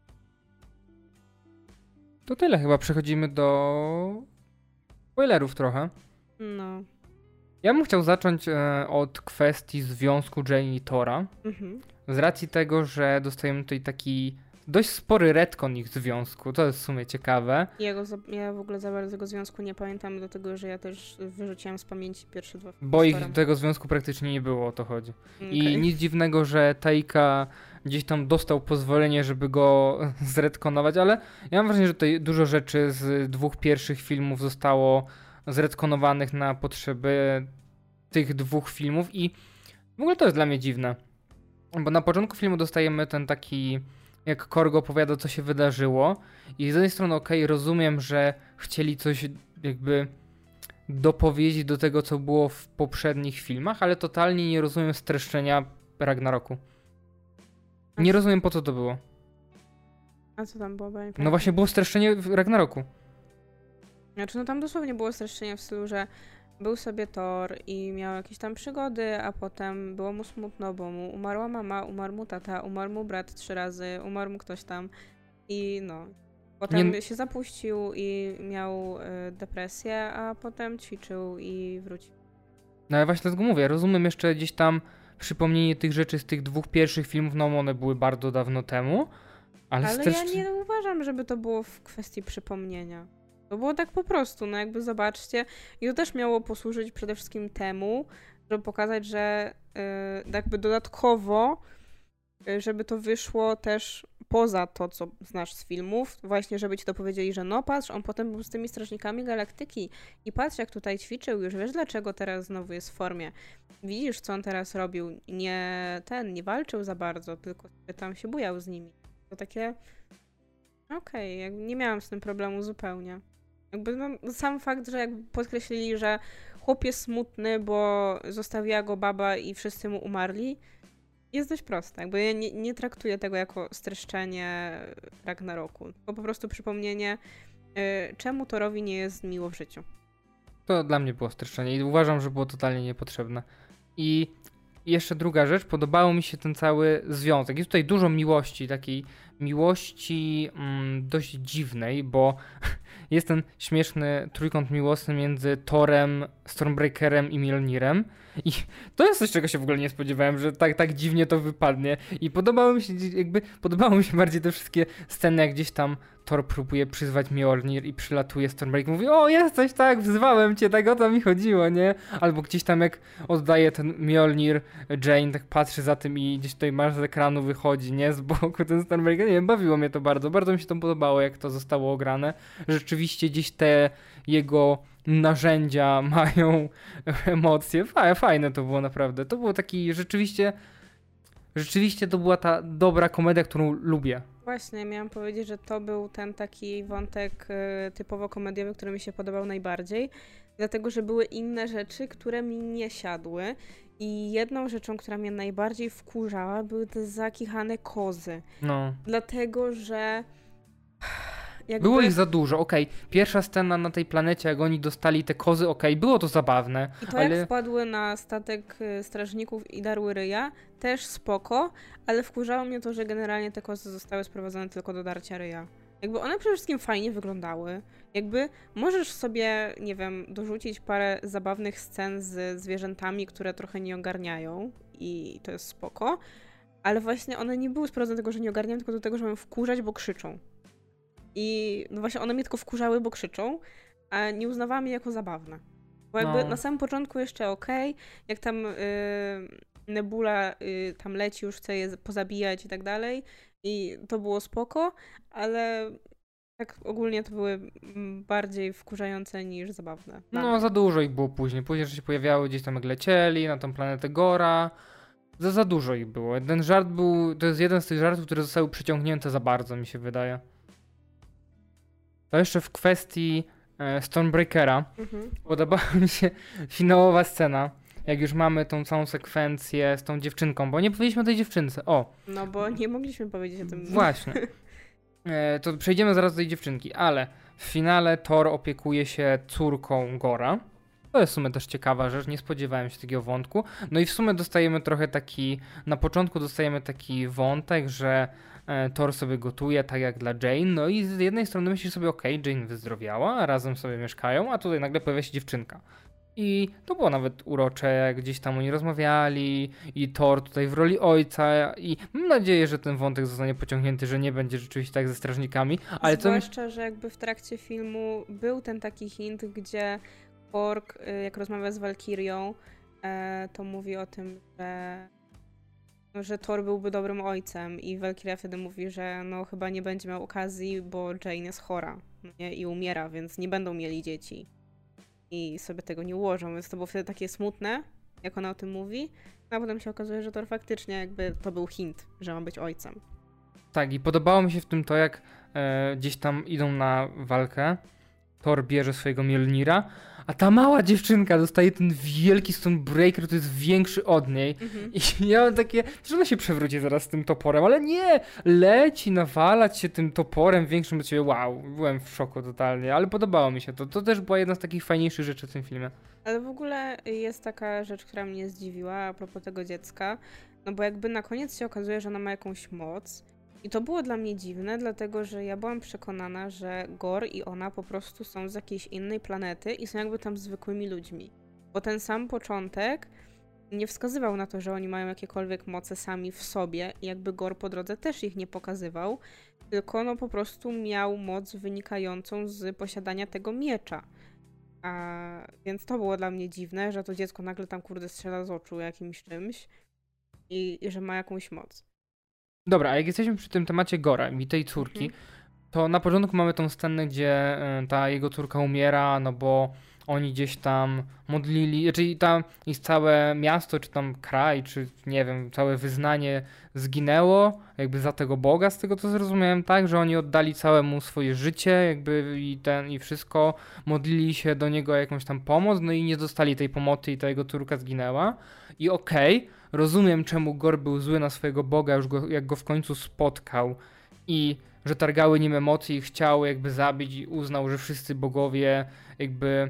To tyle, chyba przechodzimy do spoilerów trochę. No. Ja bym chciał zacząć e, od kwestii związku Jane i Tora. Mhm. Z racji tego, że dostajemy tutaj taki dość spory retcon ich związku. To jest w sumie ciekawe. Ja, go za, ja w ogóle za bardzo tego związku nie pamiętam, dlatego że ja też wyrzuciłam z pamięci pierwsze dwa filmy Bo z ich Thorem. tego związku praktycznie nie było, o to chodzi. I Okej. nic dziwnego, że Taika gdzieś tam dostał pozwolenie, żeby go zretkonować, ale ja mam wrażenie, że tutaj dużo rzeczy z dwóch pierwszych filmów zostało zretkonowanych na potrzeby tych dwóch filmów i w ogóle to jest dla mnie dziwne. Bo na początku filmu dostajemy ten taki, jak Korg opowiada, co się wydarzyło i z jednej strony okej, okay, rozumiem, że chcieli coś jakby dopowiedzieć do tego, co było w poprzednich filmach, ale totalnie nie rozumiem streszczenia Ragnaroku. Nie rozumiem, po co to było. A co tam było? Bo ja nie No pamiętam. właśnie było streszczenie w Ragnaroku. Znaczy, no tam dosłownie było streszczenie w stylu, że był sobie Thor i miał jakieś tam przygody, a potem było mu smutno, bo mu umarła mama, umarł mu tata, umarł mu brat trzy razy, umarł mu ktoś tam i no. Potem Nie- się zapuścił i miał y, depresję, a potem ćwiczył i wrócił. No ale właśnie dlatego mówię, rozumiem jeszcze gdzieś tam przypomnienie tych rzeczy z tych dwóch pierwszych filmów, no one były bardzo dawno temu, ale, Ale streszcz... ja nie uważam, żeby to było w kwestii przypomnienia. To było tak po prostu, no jakby zobaczcie. I to też miało posłużyć przede wszystkim temu, żeby pokazać, że y, jakby dodatkowo, y, żeby to wyszło też poza to, co znasz z filmów, właśnie żeby ci to powiedzieli, że no patrz, on potem był z tymi Strażnikami Galaktyki i patrz jak tutaj ćwiczył, już wiesz dlaczego teraz znowu jest w formie. Widzisz, co on teraz robił. Nie ten, nie walczył za bardzo, tylko tam się bujał z nimi. To takie... Okej, jak nie miałam z tym problemu zupełnie. Jakby no, sam fakt, że jakby podkreślili, że chłop jest smutny, bo zostawiła go baba i wszyscy mu umarli, jest dość proste. Jakby ja nie, nie traktuję tego jako streszczenie Ragnaroku, tylko po prostu przypomnienie, y, czemu Thorowi nie jest miło w życiu. To dla mnie było streszczenie i uważam, że było totalnie niepotrzebne. I jeszcze druga rzecz, podobało mi się ten cały związek. Jest tutaj dużo miłości, takiej miłości mm, dość dziwnej, bo jest ten śmieszny trójkąt miłosny między Thorem, Stormbreakerem i Mjolnirem. I to jest coś, czego się w ogóle nie spodziewałem, że tak, tak dziwnie to wypadnie. I podobało mi się jakby, podobało mi się bardziej te wszystkie sceny, jak gdzieś tam Thor próbuje przyzwać Mjolnir i przylatuje Stormbreaker, mówi: o, jesteś, tak, wzywałem cię, tak o to mi chodziło, nie? Albo gdzieś tam jak oddaje ten Mjolnir Jane, tak patrzy za tym i gdzieś tutaj masz z ekranu wychodzi, nie? Z boku ten Stormbreaker, nie wiem, bawiło mnie to bardzo, bardzo mi się to podobało, jak to zostało ograne. Rzeczywiście gdzieś te jego narzędzia mają emocje, fajne to było naprawdę, to było taki rzeczywiście, rzeczywiście to była ta dobra komedia, którą lubię. Właśnie, miałam powiedzieć, że to był ten taki wątek y, typowo komediowy, który mi się podobał najbardziej, dlatego, że były inne rzeczy, które mi nie siadły i jedną rzeczą, która mnie najbardziej wkurzała, były te zakichane kozy. No. Dlatego, że jakby... Było ich za dużo, okej. Pierwsza scena na tej planecie, jak oni dostali te kozy, okej, było to zabawne, I to ale... jak wpadły na statek y, strażników i darły ryja, też spoko, ale wkurzało mnie to, że generalnie te kozy zostały sprowadzone tylko do darcia ryja. Jakby one przede wszystkim fajnie wyglądały. Jakby możesz sobie, nie wiem, dorzucić parę zabawnych scen z zwierzętami, które trochę nie ogarniają i to jest spoko, ale właśnie one nie były sprowadzone do tego, że nie ogarniają, tylko do tego, że mają wkurzać, bo krzyczą. I no właśnie one mnie tylko wkurzały, bo krzyczą, a nie uznawałam jej jako zabawne. Bo jakby No. na samym początku jeszcze okej, okay, jak tam yy, Nebula yy, tam leci, już chce je pozabijać i tak dalej i to było spoko, ale tak ogólnie to były bardziej wkurzające niż zabawne. No, mnie. za dużo ich było później. Później, że się pojawiały gdzieś tam jak lecieli na tą planetę Gora. Za, za dużo ich było. Ten żart był, to jest jeden z tych żartów, które zostały przyciągnięte za bardzo, mi się wydaje. To jeszcze w kwestii e, Stormbreakera Mhm. podobała mi się finałowa scena, jak już mamy tą całą sekwencję z tą dziewczynką, bo nie powiedzieliśmy o tej dziewczynce. O, No bo nie mogliśmy powiedzieć o tym. właśnie. E, to przejdziemy zaraz do tej dziewczynki, ale w finale Thor opiekuje się córką Gora. To jest w sumie też ciekawa rzecz, nie spodziewałem się takiego wątku. No i w sumie dostajemy trochę taki, na początku dostajemy taki wątek, że e, Thor sobie gotuje tak jak dla Jane, no i z jednej strony myślisz sobie, okej, okay, Jane wyzdrowiała, razem sobie mieszkają, a tutaj nagle pojawia się dziewczynka. I to było nawet urocze, jak gdzieś tam oni rozmawiali i Thor tutaj w roli ojca i mam nadzieję, że ten wątek zostanie pociągnięty, że nie będzie rzeczywiście tak ze strażnikami, ale to... Zwłaszcza, że jakby w trakcie filmu był ten taki hint, gdzie Korg, jak rozmawia z Walkirią, to mówi o tym, że, że Thor byłby dobrym ojcem i Walkiria wtedy mówi, że no chyba nie będzie miał okazji, bo Jane jest chora, nie? I umiera, więc nie będą mieli dzieci. I sobie tego nie ułożą, więc to było wtedy takie smutne, jak ona o tym mówi, a potem się okazuje, że Thor faktycznie jakby to był hint, że ma być ojcem. Tak, i podobało mi się w tym to, jak e, gdzieś tam idą na walkę, Thor bierze swojego Mjolnira, a ta mała dziewczynka dostaje ten wielki Stonebreaker, który jest większy od niej. Mhm. I ja mam takie, że ona się przewróci zaraz z tym toporem, ale nie! Leci nawalać się tym toporem większym od ciebie. Wow, byłem w szoku totalnie, ale podobało mi się to. To też była jedna z takich fajniejszych rzeczy w tym filmie. Ale w ogóle jest taka rzecz, która mnie zdziwiła a propos tego dziecka, no bo jakby na koniec się okazuje, że ona ma jakąś moc. I to było dla mnie dziwne, dlatego że ja byłam przekonana, że Gor i ona po prostu są z jakiejś innej planety i są jakby tam zwykłymi ludźmi. Bo ten sam początek nie wskazywał na to, że oni mają jakiekolwiek moce sami w sobie i jakby Gor po drodze też ich nie pokazywał, tylko no po prostu miał moc wynikającą z posiadania tego miecza. A, więc to było dla mnie dziwne, że to dziecko nagle tam kurde strzela z oczu jakimś czymś i, i że ma jakąś moc. Dobra, a jak jesteśmy przy tym temacie Gora i tej córki, mhm. to na początku mamy tą scenę, gdzie ta jego córka umiera, no bo oni gdzieś tam modlili, czyli tam ich całe miasto, czy tam kraj, czy nie wiem, całe wyznanie zginęło jakby za tego Boga, z tego co zrozumiałem, tak, że oni oddali całemu swoje życie jakby i ten i wszystko, modlili się do niego o jakąś tam pomoc, no i nie dostali tej pomocy i ta jego córka zginęła i okej, okay, rozumiem czemu Gor był zły na swojego Boga, już go, jak go w końcu spotkał i że targały nim emocje i chciał jakby zabić i uznał, że wszyscy bogowie jakby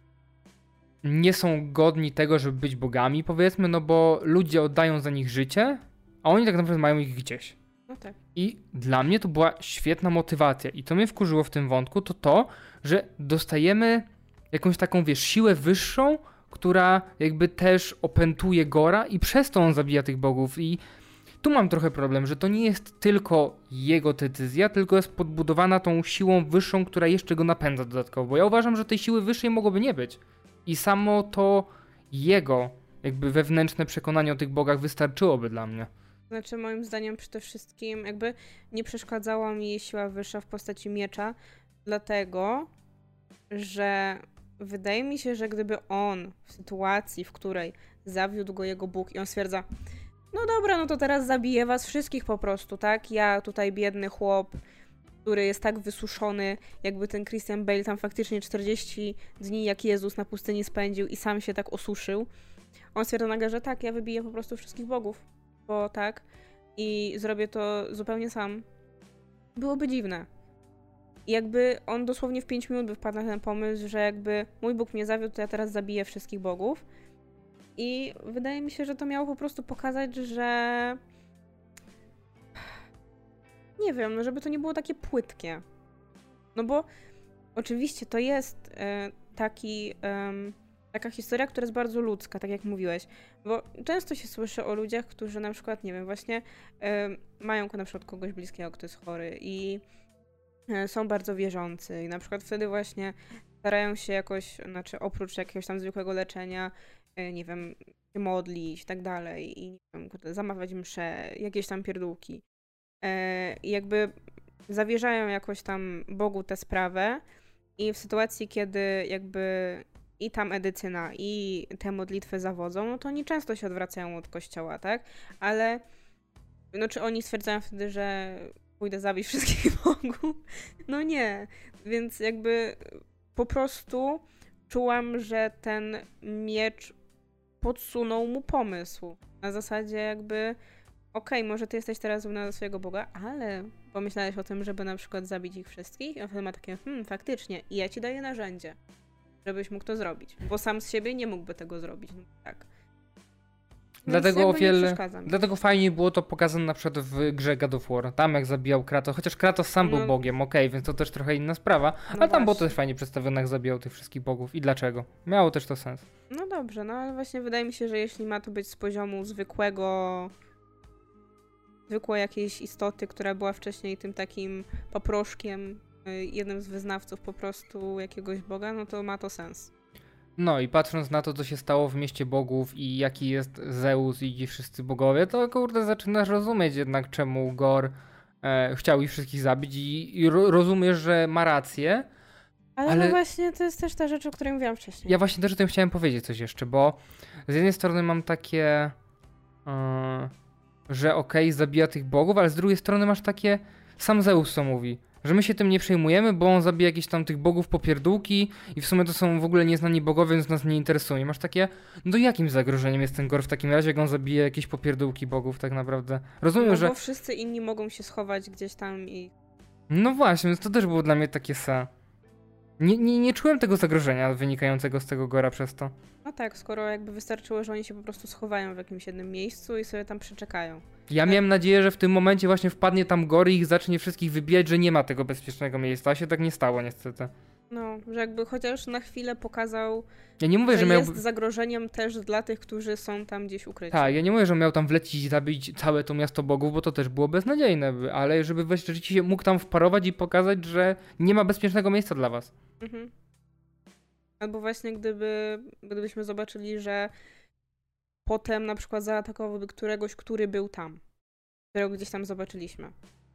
nie są godni tego, żeby być bogami, powiedzmy, no bo ludzie oddają za nich życie, a oni tak naprawdę mają ich gdzieś. No tak. I dla mnie to była świetna motywacja i to mnie wkurzyło w tym wątku, to to, że dostajemy jakąś taką, wiesz, siłę wyższą, która jakby też opętuje Gora i przez to on zabija tych bogów i tu mam trochę problem, że to nie jest tylko jego decyzja, tylko jest podbudowana tą siłą wyższą, która jeszcze go napędza dodatkowo, bo ja uważam, że tej siły wyższej mogłoby nie być. I samo to jego jakby wewnętrzne przekonanie o tych bogach wystarczyłoby dla mnie. Znaczy moim zdaniem przede wszystkim jakby nie przeszkadzała mi jej siła wyższa w postaci miecza, dlatego, że wydaje mi się, że gdyby on w sytuacji, w której zawiódł go jego Bóg i on stwierdza, no dobra, no to teraz zabiję was wszystkich po prostu, tak? Ja tutaj biedny chłop, który jest tak wysuszony, jakby ten Christian Bale tam faktycznie czterdzieści dni jak Jezus na pustyni spędził i sam się tak osuszył. On stwierdza nagle, że tak, ja wybiję po prostu wszystkich bogów, bo tak, i zrobię to zupełnie sam. Byłoby dziwne. I jakby on dosłownie w pięć minut by wpadł na ten pomysł, że jakby mój Bóg mnie zawiódł, to ja teraz zabiję wszystkich bogów. I wydaje mi się, że to miało po prostu pokazać, że nie wiem, żeby to nie było takie płytkie. No bo oczywiście to jest e, taki, e, taka historia, która jest bardzo ludzka, tak jak mówiłeś. Bo często się słyszy o ludziach, którzy na przykład, nie wiem, właśnie e, mają na przykład kogoś bliskiego, kto jest chory i e, są bardzo wierzący. I na przykład wtedy właśnie starają się jakoś, znaczy oprócz jakiegoś tam zwykłego leczenia, y, nie wiem, się modlić i tak dalej i nie wiem, kurde, zamawiać msze, jakieś tam pierdółki. E, I jakby zawierzają jakoś tam Bogu tę sprawę i w sytuacji, kiedy jakby i tam Edycyna i te modlitwy zawodzą, no to oni często się odwracają od kościoła, tak? Ale no czy oni stwierdzają wtedy, że pójdę zabić wszystkich bogów? No nie. Więc jakby po prostu czułam, że ten miecz podsunął mu pomysł. Na zasadzie jakby okej, okay, może ty jesteś teraz zły na swojego Boga, ale pomyślałeś o tym, żeby na przykład zabić ich wszystkich? I on wtedy ma takie, hmm, faktycznie, i ja ci daję narzędzie, żebyś mógł to zrobić. Bo sam z siebie nie mógłby tego zrobić. No, tak. Dlatego o wiele, dlatego fajnie było to pokazane na przykład w grze God of War. Tam jak zabijał Kratos, chociaż Kratos sam no, był Bogiem, okej, okay, więc to też trochę inna sprawa, no ale tam właśnie. Było też fajnie przedstawione, jak zabijał tych wszystkich bogów i dlaczego. Miało też to sens. No dobrze, no ale właśnie wydaje mi się, że jeśli ma to być z poziomu zwykłego zwykłej jakiejś istoty, która była wcześniej tym takim paproszkiem, jednym z wyznawców po prostu jakiegoś boga, no to ma to sens. No i patrząc na to, co się stało w mieście bogów i jaki jest Zeus i ci wszyscy bogowie, to kurde zaczynasz rozumieć jednak, czemu Gor e, chciał ich wszystkich zabić i, i ro, rozumiesz, że ma rację. Ale, ale no właśnie to jest też ta rzecz, o której mówiłam wcześniej. Ja właśnie też o tym chciałem powiedzieć coś jeszcze, bo z jednej strony mam takie, e, że okej, okay, zabija tych bogów, ale z drugiej strony masz takie, sam Zeus co mówi, że my się tym nie przejmujemy, bo on zabija jakichś tam tych bogów popierdółki i w sumie to są w ogóle nieznani bogowie, więc nas nie interesuje. Masz takie, no jakim zagrożeniem jest ten Gor w takim razie, jak on zabije jakieś popierdółki bogów tak naprawdę? Rozumiem, no, że... bo wszyscy inni mogą się schować gdzieś tam i... No właśnie, więc to też było dla mnie takie sa. Nie, nie, nie czułem tego zagrożenia wynikającego z tego Gora przez to. No tak, skoro jakby wystarczyło, że oni się po prostu schowają w jakimś jednym miejscu i sobie tam przeczekają. Ja tak. Miałem nadzieję, że w tym momencie właśnie wpadnie tam Gor i ich zacznie wszystkich wybijać, że nie ma tego bezpiecznego miejsca, a się tak nie stało niestety. No, że jakby chociaż na chwilę pokazał, ja nie mówię, że, że miał... jest zagrożeniem też dla tych, którzy są tam gdzieś ukryci. Tak, ja nie mówię, że miał tam wlecić i zabić całe to miasto bogów, bo to też było beznadziejne, ale żeby rzeczywiście mógł tam wparować i pokazać, że nie ma bezpiecznego miejsca dla was. Mhm. Albo właśnie gdyby, gdybyśmy zobaczyli, że potem na przykład zaatakowałby któregoś, który był tam, którego gdzieś tam zobaczyliśmy,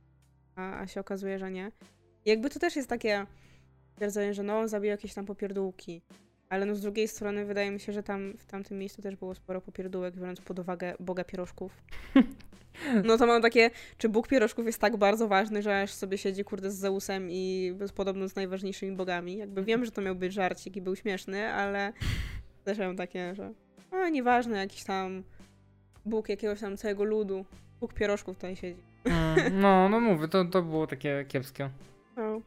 a, a się okazuje, że nie. I jakby to też jest takie twierdzenie, że no on zabił jakieś tam popierdółki, ale no z drugiej strony wydaje mi się, że tam w tamtym miejscu też było sporo popierdółek, biorąc pod uwagę Boga pierożków. No to mam takie, czy Bóg pierożków jest tak bardzo ważny, że aż sobie siedzi kurde z Zeusem i jest podobno z najważniejszymi bogami. Jakby wiem, że to miał być żarcik i był śmieszny, ale też mam takie, że no nieważne, jakiś tam Bóg jakiegoś tam całego ludu. Bóg pierożków tutaj siedzi. Mm, no, no mówię, to, to było takie kiepskie. No.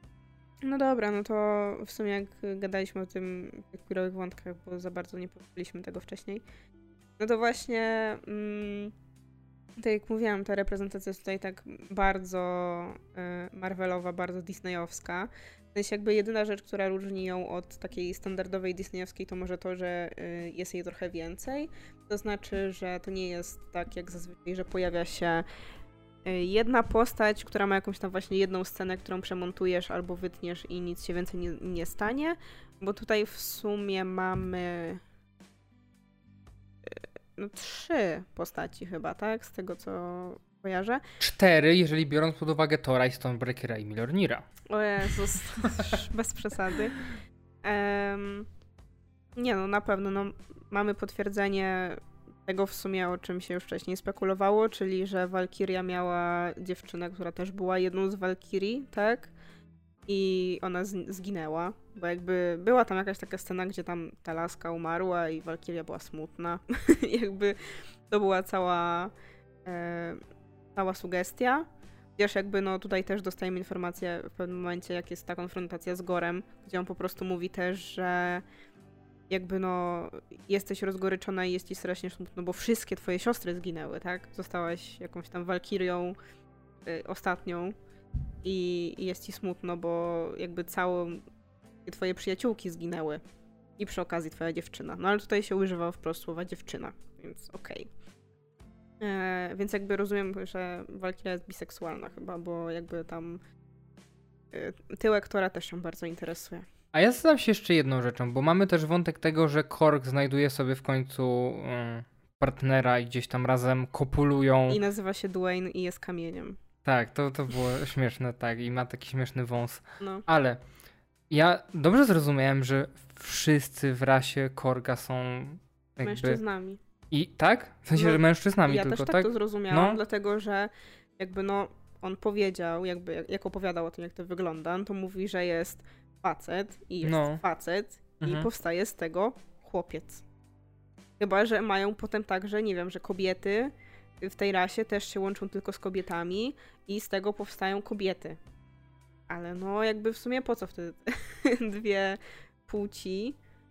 No dobra, no to w sumie jak gadaliśmy o tym w tych chwilowych wątkach, bo za bardzo nie powiedzieliśmy tego wcześniej, no to właśnie mm, tak jak mówiłam, ta reprezentacja jest tutaj tak bardzo y, Marvelowa, bardzo disneyowska. W sensie jakby jedyna rzecz, która różni ją od takiej standardowej disneyowskiej, to może to, że y, jest jej trochę więcej. To znaczy, że to nie jest tak jak zazwyczaj, że pojawia się y, jedna postać, która ma jakąś tam właśnie jedną scenę, którą przemontujesz albo wytniesz i nic się więcej nie, nie stanie. Bo tutaj w sumie mamy... no trzy postaci chyba, tak? Z tego, co kojarzę. Cztery, jeżeli biorąc pod uwagę Thora i Stonebreakera i Mjolnira. O Jezus, bez przesady. Um, nie no, na pewno, no, mamy potwierdzenie tego w sumie, o czym się już wcześniej spekulowało, czyli, że Walkiria miała dziewczynę, która też była jedną z Walkirii, tak? I ona z- zginęła, bo jakby była tam jakaś taka scena, gdzie tam ta laska umarła i Walkiria była smutna. Jakby to była cała e, cała sugestia. Chociaż jakby no tutaj też dostajemy informację w pewnym momencie, jak jest ta konfrontacja z Gorem, gdzie on po prostu mówi też, że jakby no jesteś rozgoryczona i jest ci strasznie smutno, bo wszystkie twoje siostry zginęły, tak? Zostałaś jakąś tam Walkirią y, ostatnią. I, I jest ci smutno, bo jakby całe twoje przyjaciółki zginęły. I przy okazji twoja dziewczyna. No ale tutaj się używa wprost słowa dziewczyna, więc okej. Okay. E, więc jakby rozumiem, że Walkiria jest biseksualna chyba, bo jakby tam e, tyłek Tora też się bardzo interesuje. A ja zadam się jeszcze jedną rzeczą, bo mamy też wątek tego, że Korg znajduje sobie w końcu um, partnera i gdzieś tam razem kopulują. I nazywa się Dwayne i jest kamieniem. Tak, to, to było śmieszne, tak, i ma taki śmieszny wąs. No. Ale ja dobrze zrozumiałem, że wszyscy w rasie Korga są jakby... Mężczyznami. I tak? W sensie, No, że mężczyznami ja tylko, też tak, tak? to zrozumiałam, No. dlatego że jakby no on powiedział, jakby jak, jak opowiadał o tym, jak to wygląda, to mówi, że jest facet i jest No. facet Mhm. i powstaje z tego chłopiec. Chyba że mają potem tak, że nie wiem, że kobiety w tej rasie też się łączą tylko z kobietami i z tego powstają kobiety. Ale no jakby w sumie po co wtedy dwie płci,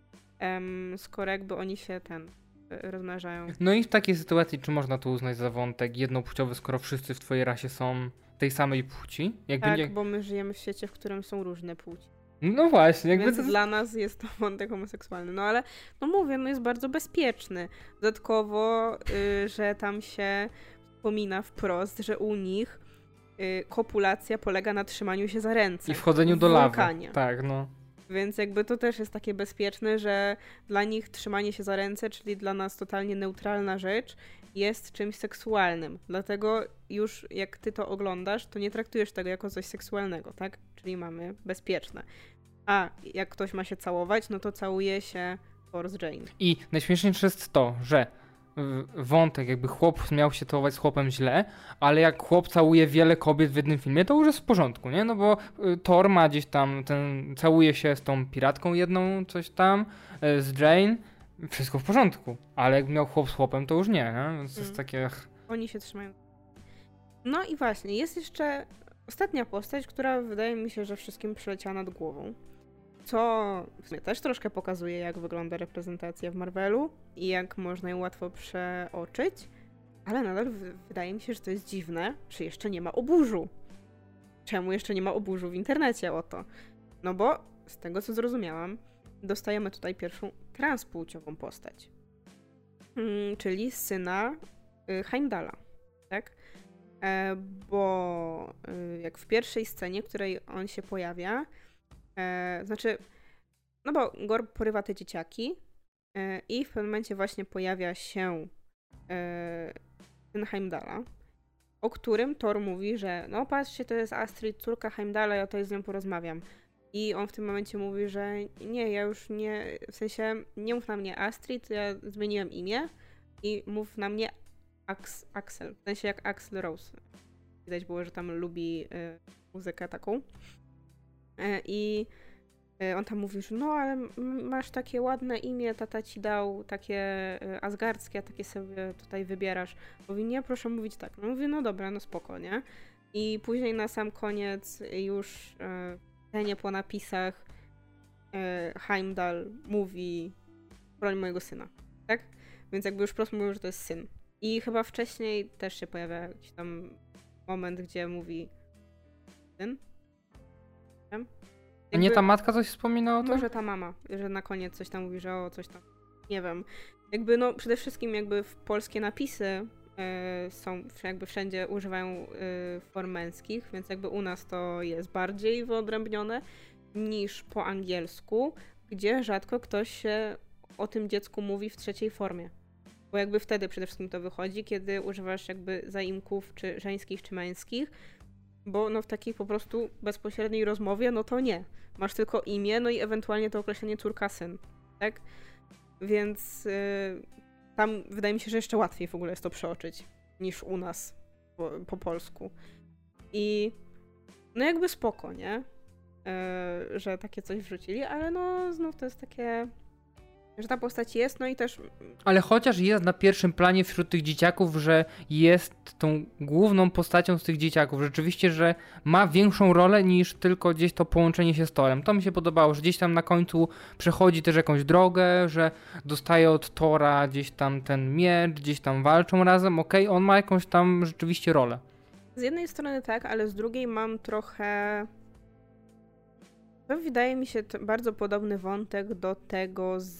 em, skoro jakby oni się ten rozmnażają. No i w takiej sytuacji, czy można to uznać za wątek jednopłciowy, skoro wszyscy w twojej rasie są tej samej płci? Jakby Tak, nie... bo my żyjemy w świecie, w którym są różne płci. No właśnie, jakby Więc to... dla nas jest to wątek homoseksualny. No ale, no mówię, no jest bardzo bezpieczny. Dodatkowo, y, że tam się wspomina wprost, że u nich y, kopulacja polega na trzymaniu się za ręce. I wchodzeniu w do lawy. wulkanie. Tak, no. Więc jakby to też jest takie bezpieczne, że dla nich trzymanie się za ręce, czyli dla nas totalnie neutralna rzecz, jest czymś seksualnym. Dlatego już jak ty to oglądasz, to nie traktujesz tego jako coś seksualnego, tak? Czyli mamy bezpieczne. A jak ktoś ma się całować, no to całuje się Thor z Jane. I najśmieszniejsze jest to, że w- wątek, jakby chłop miał się całować z chłopem źle, ale jak chłop całuje wiele kobiet w jednym filmie, to już jest w porządku, nie? No bo y, Thor ma gdzieś tam, ten, całuje się z tą piratką jedną, coś tam, y, z Jane, wszystko w porządku. Ale jak miał chłop z chłopem, to już nie, nie? Więc to jest Mm. takie... Oni się trzymają. No i właśnie, jest jeszcze ostatnia postać, która wydaje mi się, że wszystkim przyleciała nad głową. Co w sumie też troszkę pokazuje, jak wygląda reprezentacja w Marvelu i jak można ją łatwo przeoczyć, ale nadal w- wydaje mi się, że to jest dziwne, czy jeszcze nie ma oburzu. Czemu jeszcze nie ma oburzu w internecie o to? No bo z tego, co zrozumiałam, dostajemy tutaj pierwszą transpłciową postać. Mm, czyli syna y, Heimdalla, tak? E, bo y, jak w pierwszej scenie, w której on się pojawia, e, znaczy, no bo Gorr porywa te dzieciaki e, i w pewnym momencie właśnie pojawia się e, syn Heimdalla, o którym Thor mówi, że no patrzcie, to jest Astrid, córka Heimdalla, ja tutaj z nią porozmawiam. I on w tym momencie mówi, że nie, ja już nie, w sensie nie mów na mnie Astrid, ja zmieniłem imię i mów na mnie Ax, Axel, w sensie jak Axl Rose. Widać było, że tam lubi y, muzykę taką. Y, I y, on tam mówi, że no ale m- masz takie ładne imię, tata ci dał takie y, asgardzkie, a takie sobie tutaj wybierasz. Mówi, nie, proszę mówić tak. No mówi, no dobra, no spoko, nie? I później na sam koniec już y, scenie po napisach y, Heimdall mówi broń mojego syna, tak? Więc jakby już prosto mówił, że to jest syn. I chyba wcześniej też się pojawia jakiś tam moment, gdzie mówi syn. Wiem? A nie Jakby- ta matka coś wspomina o tym? Może ta mama, że na koniec coś tam mówi, że o coś tam, nie wiem. Jakby no przede wszystkim jakby w polskie napisy y, są jakby wszędzie używają y, form męskich, więc jakby u nas to jest bardziej wyodrębnione niż po angielsku, gdzie rzadko ktoś się o tym dziecku mówi w trzeciej formie. Bo jakby wtedy przede wszystkim to wychodzi, kiedy używasz jakby zaimków czy żeńskich czy męskich, bo no w takiej po prostu bezpośredniej rozmowie, no to nie. Masz tylko imię, no i ewentualnie to określenie córka, syn, tak? Więc yy, tam wydaje mi się, że jeszcze łatwiej w ogóle jest to przeoczyć niż u nas po, po polsku. I no jakby spoko, nie? Yy, że takie coś wrzucili, ale no znów to jest takie, że ta postać jest, no i też Ale chociaż jest na pierwszym planie wśród tych dzieciaków, że jest tą główną postacią z tych dzieciaków. Rzeczywiście, że ma większą rolę niż tylko gdzieś to połączenie się z Thorem. To mi się podobało, że gdzieś tam na końcu przechodzi też jakąś drogę, że dostaje od Thora gdzieś tam ten miecz, gdzieś tam walczą razem. Okej, on ma jakąś tam rzeczywiście rolę. z jednej strony tak, ale z drugiej mam trochę... To wydaje mi się to bardzo podobny wątek do tego z...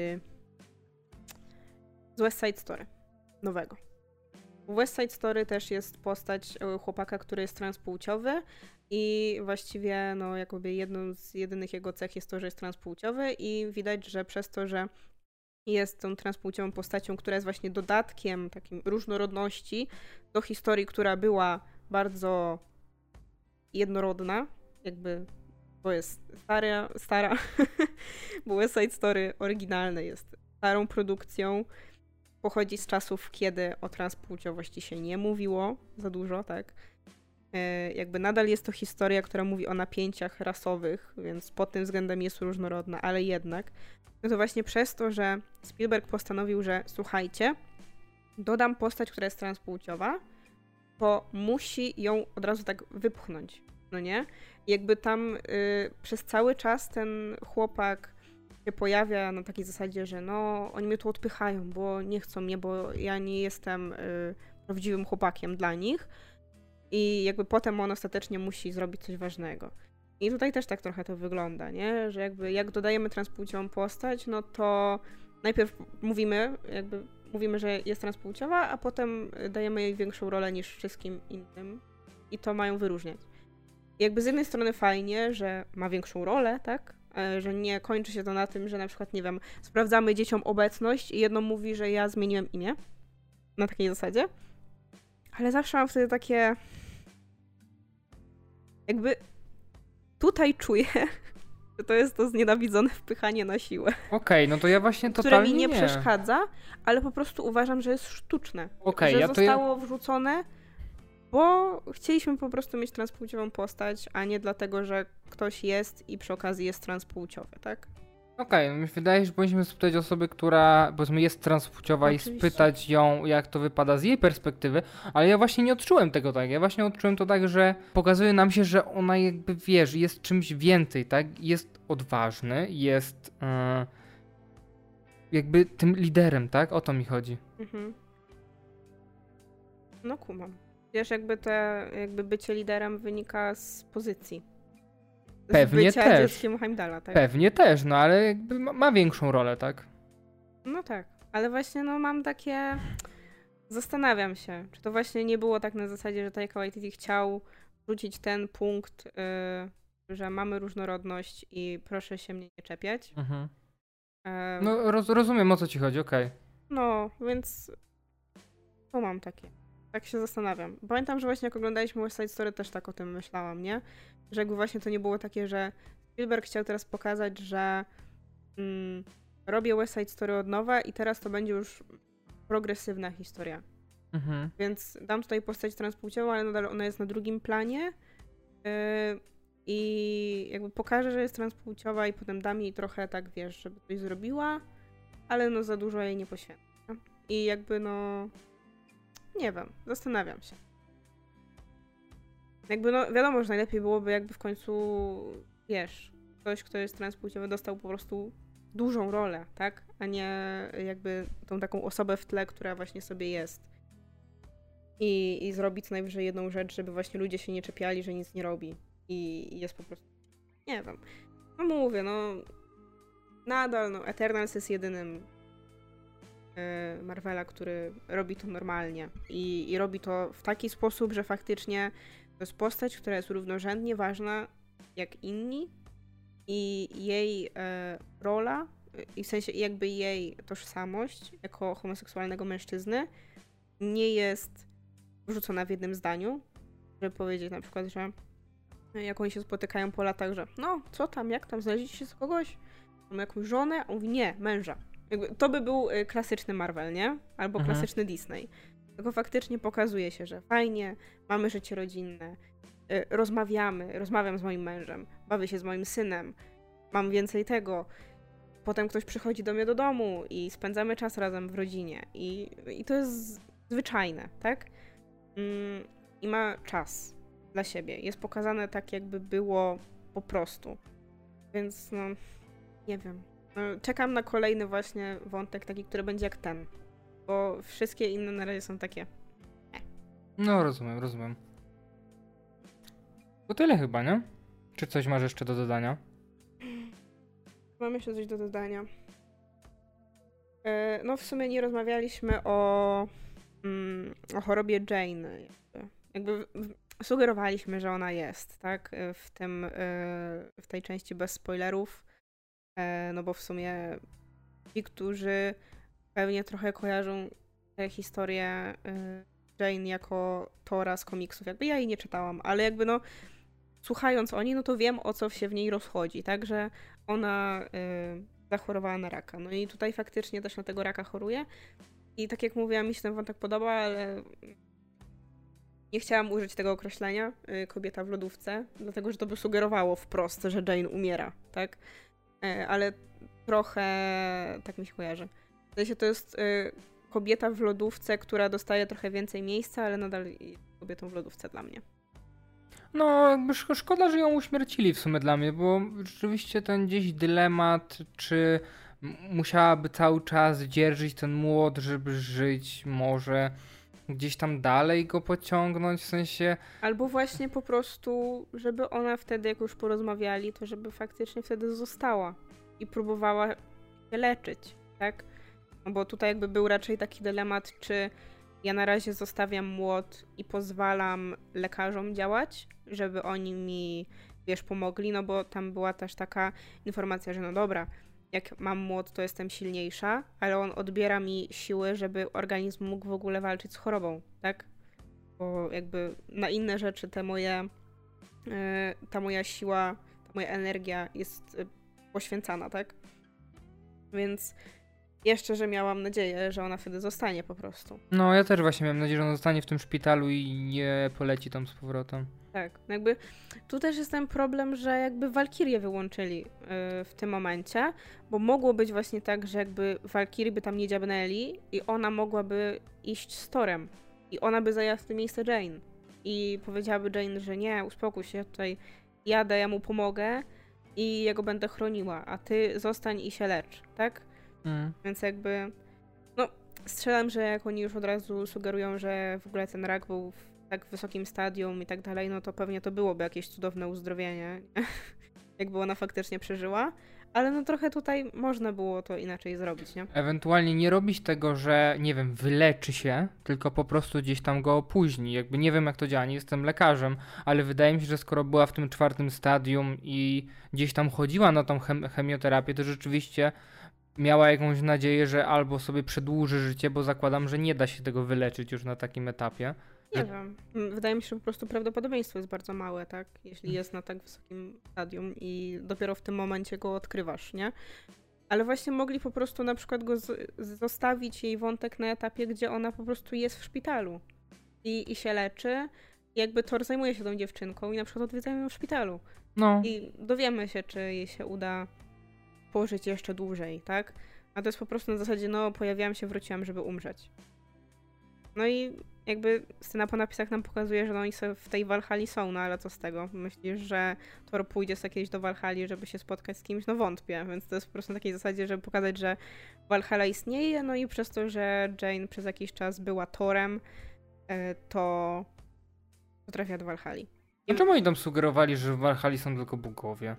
z West Side Story. Nowego. W West Side Story też jest postać e, chłopaka, który jest transpłciowy i właściwie no jakby jedną z jedynych jego cech jest to, że jest transpłciowy i widać, że przez to, że jest tą transpłciową postacią, która jest właśnie dodatkiem takim różnorodności do historii, która była bardzo jednorodna, jakby, bo jest stara, stara bo West Side Story oryginalne jest starą produkcją, pochodzi z czasów, kiedy o transpłciowości się nie mówiło za dużo, tak? E, jakby nadal jest to historia, która mówi o napięciach rasowych, więc pod tym względem jest różnorodna, ale jednak, no to właśnie przez to, że Spielberg postanowił, że słuchajcie, dodam postać, która jest transpłciowa, to musi ją od razu tak wypchnąć, no nie? Jakby tam y, przez cały czas ten chłopak się pojawia na takiej zasadzie, że no, oni mnie tu odpychają, bo nie chcą mnie, bo ja nie jestem y, prawdziwym chłopakiem dla nich i jakby potem on ostatecznie musi zrobić coś ważnego. I tutaj też tak trochę to wygląda, nie? Że jakby jak dodajemy transpłciową postać, no to najpierw mówimy, jakby mówimy, że jest transpłciowa, a potem dajemy jej większą rolę niż wszystkim innym i to mają wyróżniać. I jakby z jednej strony fajnie, że ma większą rolę, tak? Że nie kończy się to na tym, że na przykład, nie wiem, sprawdzamy dzieciom obecność i jedno mówi, że ja zmieniłem imię. Na takiej zasadzie. Ale zawsze mam wtedy takie... Jakby tutaj czuję, że to jest to znienawidzone wpychanie na siłę. Okej, no to ja właśnie Które totalnie mi nie, nie przeszkadza, ale po prostu uważam, że jest sztuczne. Okej, że ja to ja- zostało wrzucone, bo chcieliśmy po prostu mieć transpłciową postać, a nie dlatego, że ktoś jest i przy okazji jest transpłciowy, tak? Okej, no mi się wydaje, że powinniśmy spytać osoby, która powiedzmy jest transpłciowa i Oczywiście. spytać ją, jak to wypada z jej perspektywy, ale ja właśnie nie odczułem tego tak. Ja właśnie odczułem to tak, że pokazuje nam się, że ona jakby, wiesz, jest czymś więcej, tak? Jest odważny, jest e, jakby tym liderem, tak? O to mi chodzi. Mhm. No kumam. Wiesz, jakby te, jakby bycie liderem wynika z pozycji. Z Pewnie bycia też. dzieckiem Heimdalla, tak? Pewnie też, no ale jakby ma, ma większą rolę, tak? No tak, ale właśnie no mam takie... Zastanawiam się, czy to właśnie nie było tak na zasadzie, że Taika Waititi chciał wrzucić ten punkt, yy, że mamy różnorodność i proszę się mnie nie czepiać. Mhm. E, No roz, rozumiem, o co ci chodzi, okej. No, więc to mam takie. Tak się zastanawiam. Pamiętam, że właśnie jak oglądaliśmy West Side Story, też tak o tym myślałam, nie? Że jakby właśnie to nie było takie, że Spielberg chciał teraz pokazać, że mm, robię West Side Story od nowa i teraz to będzie już progresywna historia. Mhm. Więc dam tutaj postać transpłciową, ale nadal ona jest na drugim planie yy, i jakby pokażę, że jest transpłciowa i potem dam jej trochę tak, wiesz, żeby coś zrobiła, ale no za dużo jej nie poświęcę. I jakby no... Nie wiem, zastanawiam się. Jakby no wiadomo, że najlepiej byłoby jakby w końcu, wiesz, ktoś, kto jest transpłciowy dostał po prostu dużą rolę, tak? A nie jakby tą taką osobę w tle, która właśnie sobie jest. I, i zrobi co najwyżej jedną rzecz, żeby właśnie ludzie się nie czepiali, że nic nie robi. I, i jest po prostu... Nie wiem. No mówię, no... Nadal, no Eternals jest jedynym yy, Marvela, który robi to normalnie. I, I robi to w taki sposób, że faktycznie to jest postać, która jest równorzędnie ważna jak inni. I jej e, rola, i w sensie jakby jej tożsamość jako homoseksualnego mężczyzny nie jest wrzucona w jednym zdaniu, żeby powiedzieć na przykład, że jak oni się spotykają po latach, że no, co tam, jak tam, znaleźliście się z kogoś? Mam jakąś żonę? A on mówi, nie, męża. Jakby to by był klasyczny Marvel, nie? Albo Mhm. klasyczny Disney. Tylko faktycznie pokazuje się, że fajnie, mamy życie rodzinne, y, rozmawiamy, rozmawiam z moim mężem, bawię się z moim synem, mam więcej tego. Potem ktoś przychodzi do mnie do domu i spędzamy czas razem w rodzinie. I, i to jest zwyczajne, tak? Mm, I ma czas dla siebie. Jest pokazane tak, jakby było po prostu. Więc no, nie wiem. No, czekam na kolejny właśnie wątek taki, który będzie jak ten. Bo wszystkie inne na razie są takie. No rozumiem, rozumiem. To tyle chyba, nie? Czy coś masz jeszcze do dodania? Mam jeszcze coś do dodania. E, no w sumie nie rozmawialiśmy o, mm, o chorobie Jane. Jakby, jakby w, sugerowaliśmy, że ona jest, tak? W tym, w tej części bez spoilerów, no bo w sumie ci, którzy pewnie trochę kojarzą tę historię Jane jako Tora z komiksów, jakby ja jej nie czytałam, ale jakby no słuchając o niej, no to wiem, o co się w niej rozchodzi, tak? Że ona zachorowała na raka. No i tutaj faktycznie też na tego raka choruje. I tak jak mówiłam, mi się ten wątek podoba, ale nie chciałam użyć tego określenia kobieta w lodówce, dlatego że to by sugerowało wprost, że Jane umiera, tak? Ale trochę tak mi się kojarzy. W sensie to jest kobieta w lodówce, która dostaje trochę więcej miejsca, ale nadal jest kobietą w lodówce dla mnie. No, jakby szkoda, że ją uśmiercili w sumie dla mnie, bo rzeczywiście ten gdzieś dylemat, czy musiałaby cały czas dzierżyć ten młot, żeby żyć, może gdzieś tam dalej go pociągnąć, w sensie... Albo właśnie po prostu, żeby ona wtedy, jak już porozmawiali, to żeby faktycznie wtedy została i próbowała się leczyć, tak? No bo tutaj jakby był raczej taki dylemat, czy ja na razie zostawiam młot i pozwalam lekarzom działać, żeby oni mi, wiesz, pomogli, no bo tam była też taka informacja, że no dobra, jak mam młot, to jestem silniejsza, ale on odbiera mi siły, żeby organizm mógł w ogóle walczyć z chorobą, tak? Bo jakby na inne rzeczy te moje, yy, ta moja siła, ta moja energia jest yy, poświęcana, tak? Więc jeszcze, że miałam nadzieję, że ona wtedy zostanie po prostu. No, ja też właśnie miałem nadzieję, że ona zostanie w tym szpitalu i nie poleci tam z powrotem. Tak, jakby tu też jest ten problem, że jakby Walkirię wyłączyli yy, w tym momencie, bo mogło być właśnie tak, że jakby Walkirii by tam nie dziabnęli i ona mogłaby iść z Torem i ona by zajęła w tym miejsce Jane i powiedziałaby Jane, że nie, uspokój się, tutaj jadę, ja mu pomogę i ja go będę chroniła, a ty zostań i się lecz, tak? Mm. Więc jakby, no strzelam, że jak oni już od razu sugerują, że w ogóle ten rak był w tak wysokim stadium i tak dalej, no to pewnie to byłoby jakieś cudowne uzdrowienie, jakby ona faktycznie przeżyła, ale no trochę tutaj można było to inaczej zrobić, nie? Ewentualnie nie robić tego, że nie wiem, wyleczy się, tylko po prostu gdzieś tam go opóźni, jakby nie wiem jak to działa, nie jestem lekarzem, ale wydaje mi się, że skoro była w tym czwartym stadium i gdzieś tam chodziła na tą chem- chemioterapię, to rzeczywiście miała jakąś nadzieję, że albo sobie przedłuży życie, bo zakładam, że nie da się tego wyleczyć już na takim etapie. Nie wiem. Wydaje mi się, że po prostu prawdopodobieństwo jest bardzo małe, tak? Jeśli jest na tak wysokim stadium i dopiero w tym momencie go odkrywasz, nie? Ale właśnie mogli po prostu na przykład go z- zostawić jej wątek na etapie, gdzie ona po prostu jest w szpitalu i, i się leczy. I jakby Thor zajmuje się tą dziewczynką i na przykład odwiedzają ją w szpitalu. No. I dowiemy się, czy jej się uda pożyć jeszcze dłużej, tak? A to jest po prostu na zasadzie, no pojawiłam się, wróciłam, żeby umrzeć. No i jakby scena po napisach nam pokazuje, że no oni sobie w tej Walhalli są, no ale co z tego? Myślisz, że Thor pójdzie sobie kiedyś do Walhalli, żeby się spotkać z kimś? No wątpię, więc to jest po prostu na takiej zasadzie, żeby pokazać, że Walhalla istnieje, no i przez to, że Jane przez jakiś czas była Thorem, to, to trafia do Walhalli. A czemu oni tam sugerowali, że w Walhalli są tylko bogowie?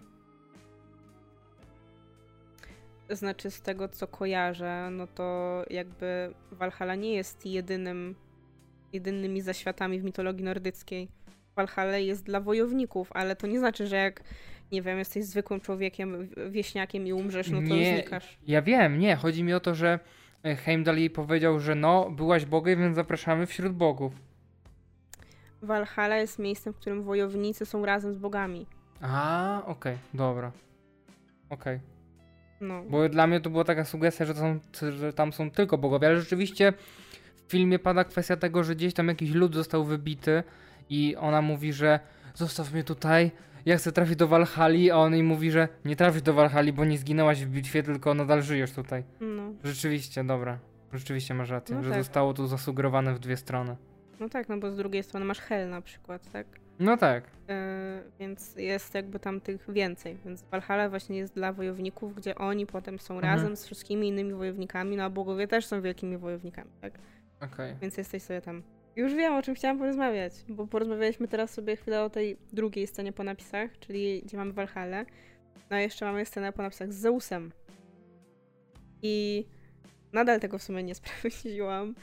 Znaczy z tego, co kojarzę, no to jakby Walhalla nie jest jedynym, jedynymi zaświatami w mitologii nordyckiej. Walhalla jest dla wojowników, ale to nie znaczy, że jak, nie wiem, jesteś zwykłym człowiekiem, wieśniakiem i umrzesz, no to nie, znikasz. Ja wiem, nie. Chodzi mi o to, że Heimdall jej powiedział, że no, byłaś bogiem, więc zapraszamy wśród bogów. Walhalla jest miejscem, w którym wojownicy są razem z bogami. A, okej, okay, dobra. Okej. Okay. No. Bo dla mnie to była taka sugestia, że, to są, że tam są tylko bogowie, ale rzeczywiście w filmie pada kwestia tego, że gdzieś tam jakiś lud został wybity i ona mówi, że zostaw mnie tutaj, ja chcę trafić do Walhalli, a on jej mówi, że nie trafisz do Walhalli, bo nie zginęłaś w bitwie, tylko nadal żyjesz tutaj. No. Rzeczywiście, dobra. Rzeczywiście masz rację, no że tak. Zostało tu zasugerowane w dwie strony. No tak, no bo z drugiej strony masz Hel na przykład, tak? No tak. Yy, więc jest jakby tam tych więcej. Więc Walhalla właśnie jest dla wojowników, gdzie oni potem są mhm. razem z wszystkimi innymi wojownikami, no a bogowie też są wielkimi wojownikami, tak? Okej. Okay. Więc jesteś sobie tam. Już wiem, o czym chciałam porozmawiać, bo porozmawialiśmy teraz sobie chwilę o tej drugiej scenie po napisach, czyli gdzie mamy Walhallę. No a jeszcze mamy scenę po napisach z Zeusem. I nadal tego w sumie nie sprawdziłam.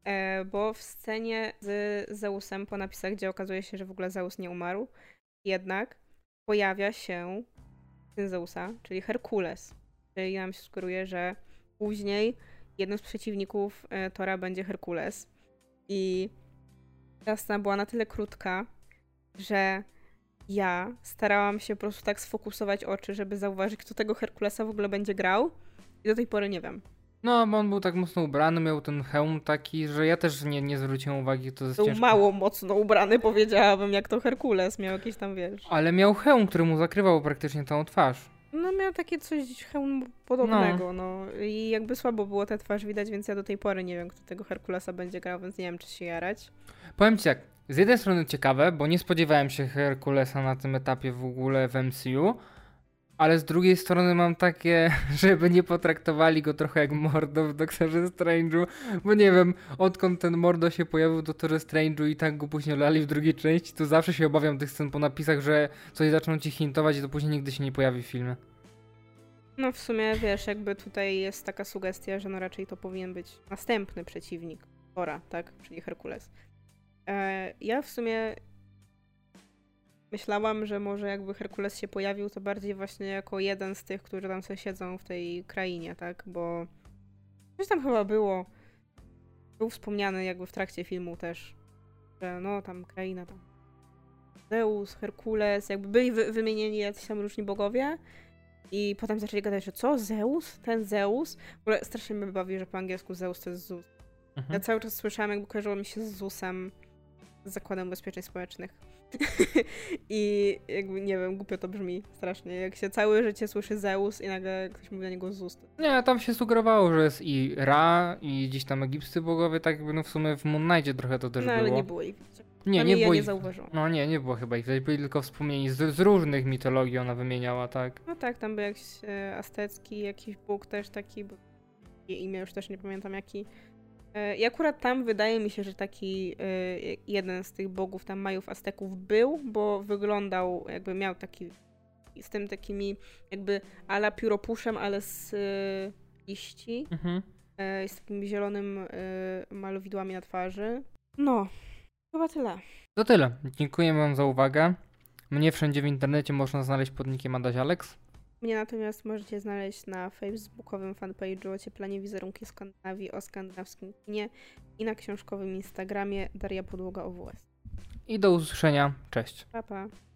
E, bo w scenie z Zeusem po napisach, gdzie okazuje się, że w ogóle Zeus nie umarł, jednak pojawia się syn Zeusa, czyli Herkules. Czyli nam się sugeruje, że później jednym z przeciwników e, Tora będzie Herkules. I ta scena była na tyle krótka, że ja starałam się po prostu tak sfokusować oczy, żeby zauważyć, kto tego Herkulesa w ogóle będzie grał. I do tej pory nie wiem. No, bo on był tak mocno ubrany, miał ten hełm taki, że ja też nie, nie zwróciłem uwagi, to jest Był ciężko. mało mocno ubrany, powiedziałabym, jak to Herkules. Miał jakieś tam, wiesz... Ale miał hełm, który mu zakrywał praktycznie całą twarz. No miał takie coś hełm podobnego, no. no. I jakby słabo było tę twarz widać, więc ja do tej pory nie wiem, kto tego Herkulesa będzie grał, więc nie wiem, czy się jarać. Powiem ci tak, z jednej strony ciekawe, bo nie spodziewałem się Herkulesa na tym etapie w ogóle w M C U, ale z drugiej strony mam takie, żeby nie potraktowali go trochę jak Mordo w Doktorze Strange'u, bo nie wiem, odkąd ten Mordo się pojawił w Doktorze Strange'u i tak go później lali w drugiej części, to zawsze się obawiam tych scen po napisach, że coś zaczną ci hintować i to później nigdy się nie pojawi w filmie. No w sumie, wiesz, jakby tutaj jest taka sugestia, że no raczej to powinien być następny przeciwnik Thora, tak? Czyli Herkules. E, ja w sumie myślałam, że może jakby Herkules się pojawił, to bardziej właśnie jako jeden z tych, którzy tam sobie siedzą w tej krainie, tak? Bo coś tam chyba było, był wspomniany jakby w trakcie filmu też, że no tam kraina tam Zeus, Herkules, jakby byli wy- wymienieni jacyś tam różni bogowie i potem zaczęli gadać, że co? Zeus? Ten Zeus? W ogóle strasznie mnie bawi, że po angielsku Zeus to jest Zeus. Mhm. Ja cały czas słyszałam, jakby kojarzyło mi się z Zeusem, z Zakładem Ubezpieczeń Społecznych. I jakby, nie wiem, głupio to brzmi strasznie. Jak się całe życie słyszy Zeus i nagle ktoś mówi na niego Zeus. To... Nie, tam się sugerowało, że jest i Ra, i gdzieś tam egipscy bogowie, tak jakby no w sumie w Moon Knightie trochę to też no było. ale nie było ich. Nie, nie ja było nie ich. zauważyłam. No nie, nie było chyba ich, byli tylko wspomnieni z, z różnych mitologii ona wymieniała, tak. No tak, tam był jakiś e, aztecki, jakiś bóg też taki, bo imię już też nie pamiętam jaki. E, I akurat tam wydaje mi się, że taki e, jeden z tych bogów tam Majów, Azteków był, bo wyglądał jakby miał taki z tym takimi jakby ala pióropuszem, ale z e, liści. Mhm. E, z takimi zielonym e, malowidłami na twarzy. No, chyba tyle. To tyle. Dziękuję wam za uwagę. Mnie wszędzie w internecie można znaleźć pod nickiem Adaś Alex. Mnie natomiast możecie znaleźć na facebookowym fanpage'u Ocieplanie wizerunki Skandynawii o skandynawskim kinie i na książkowym Instagramie Daria Podłoga O W S. I do usłyszenia. Cześć. Pa, pa.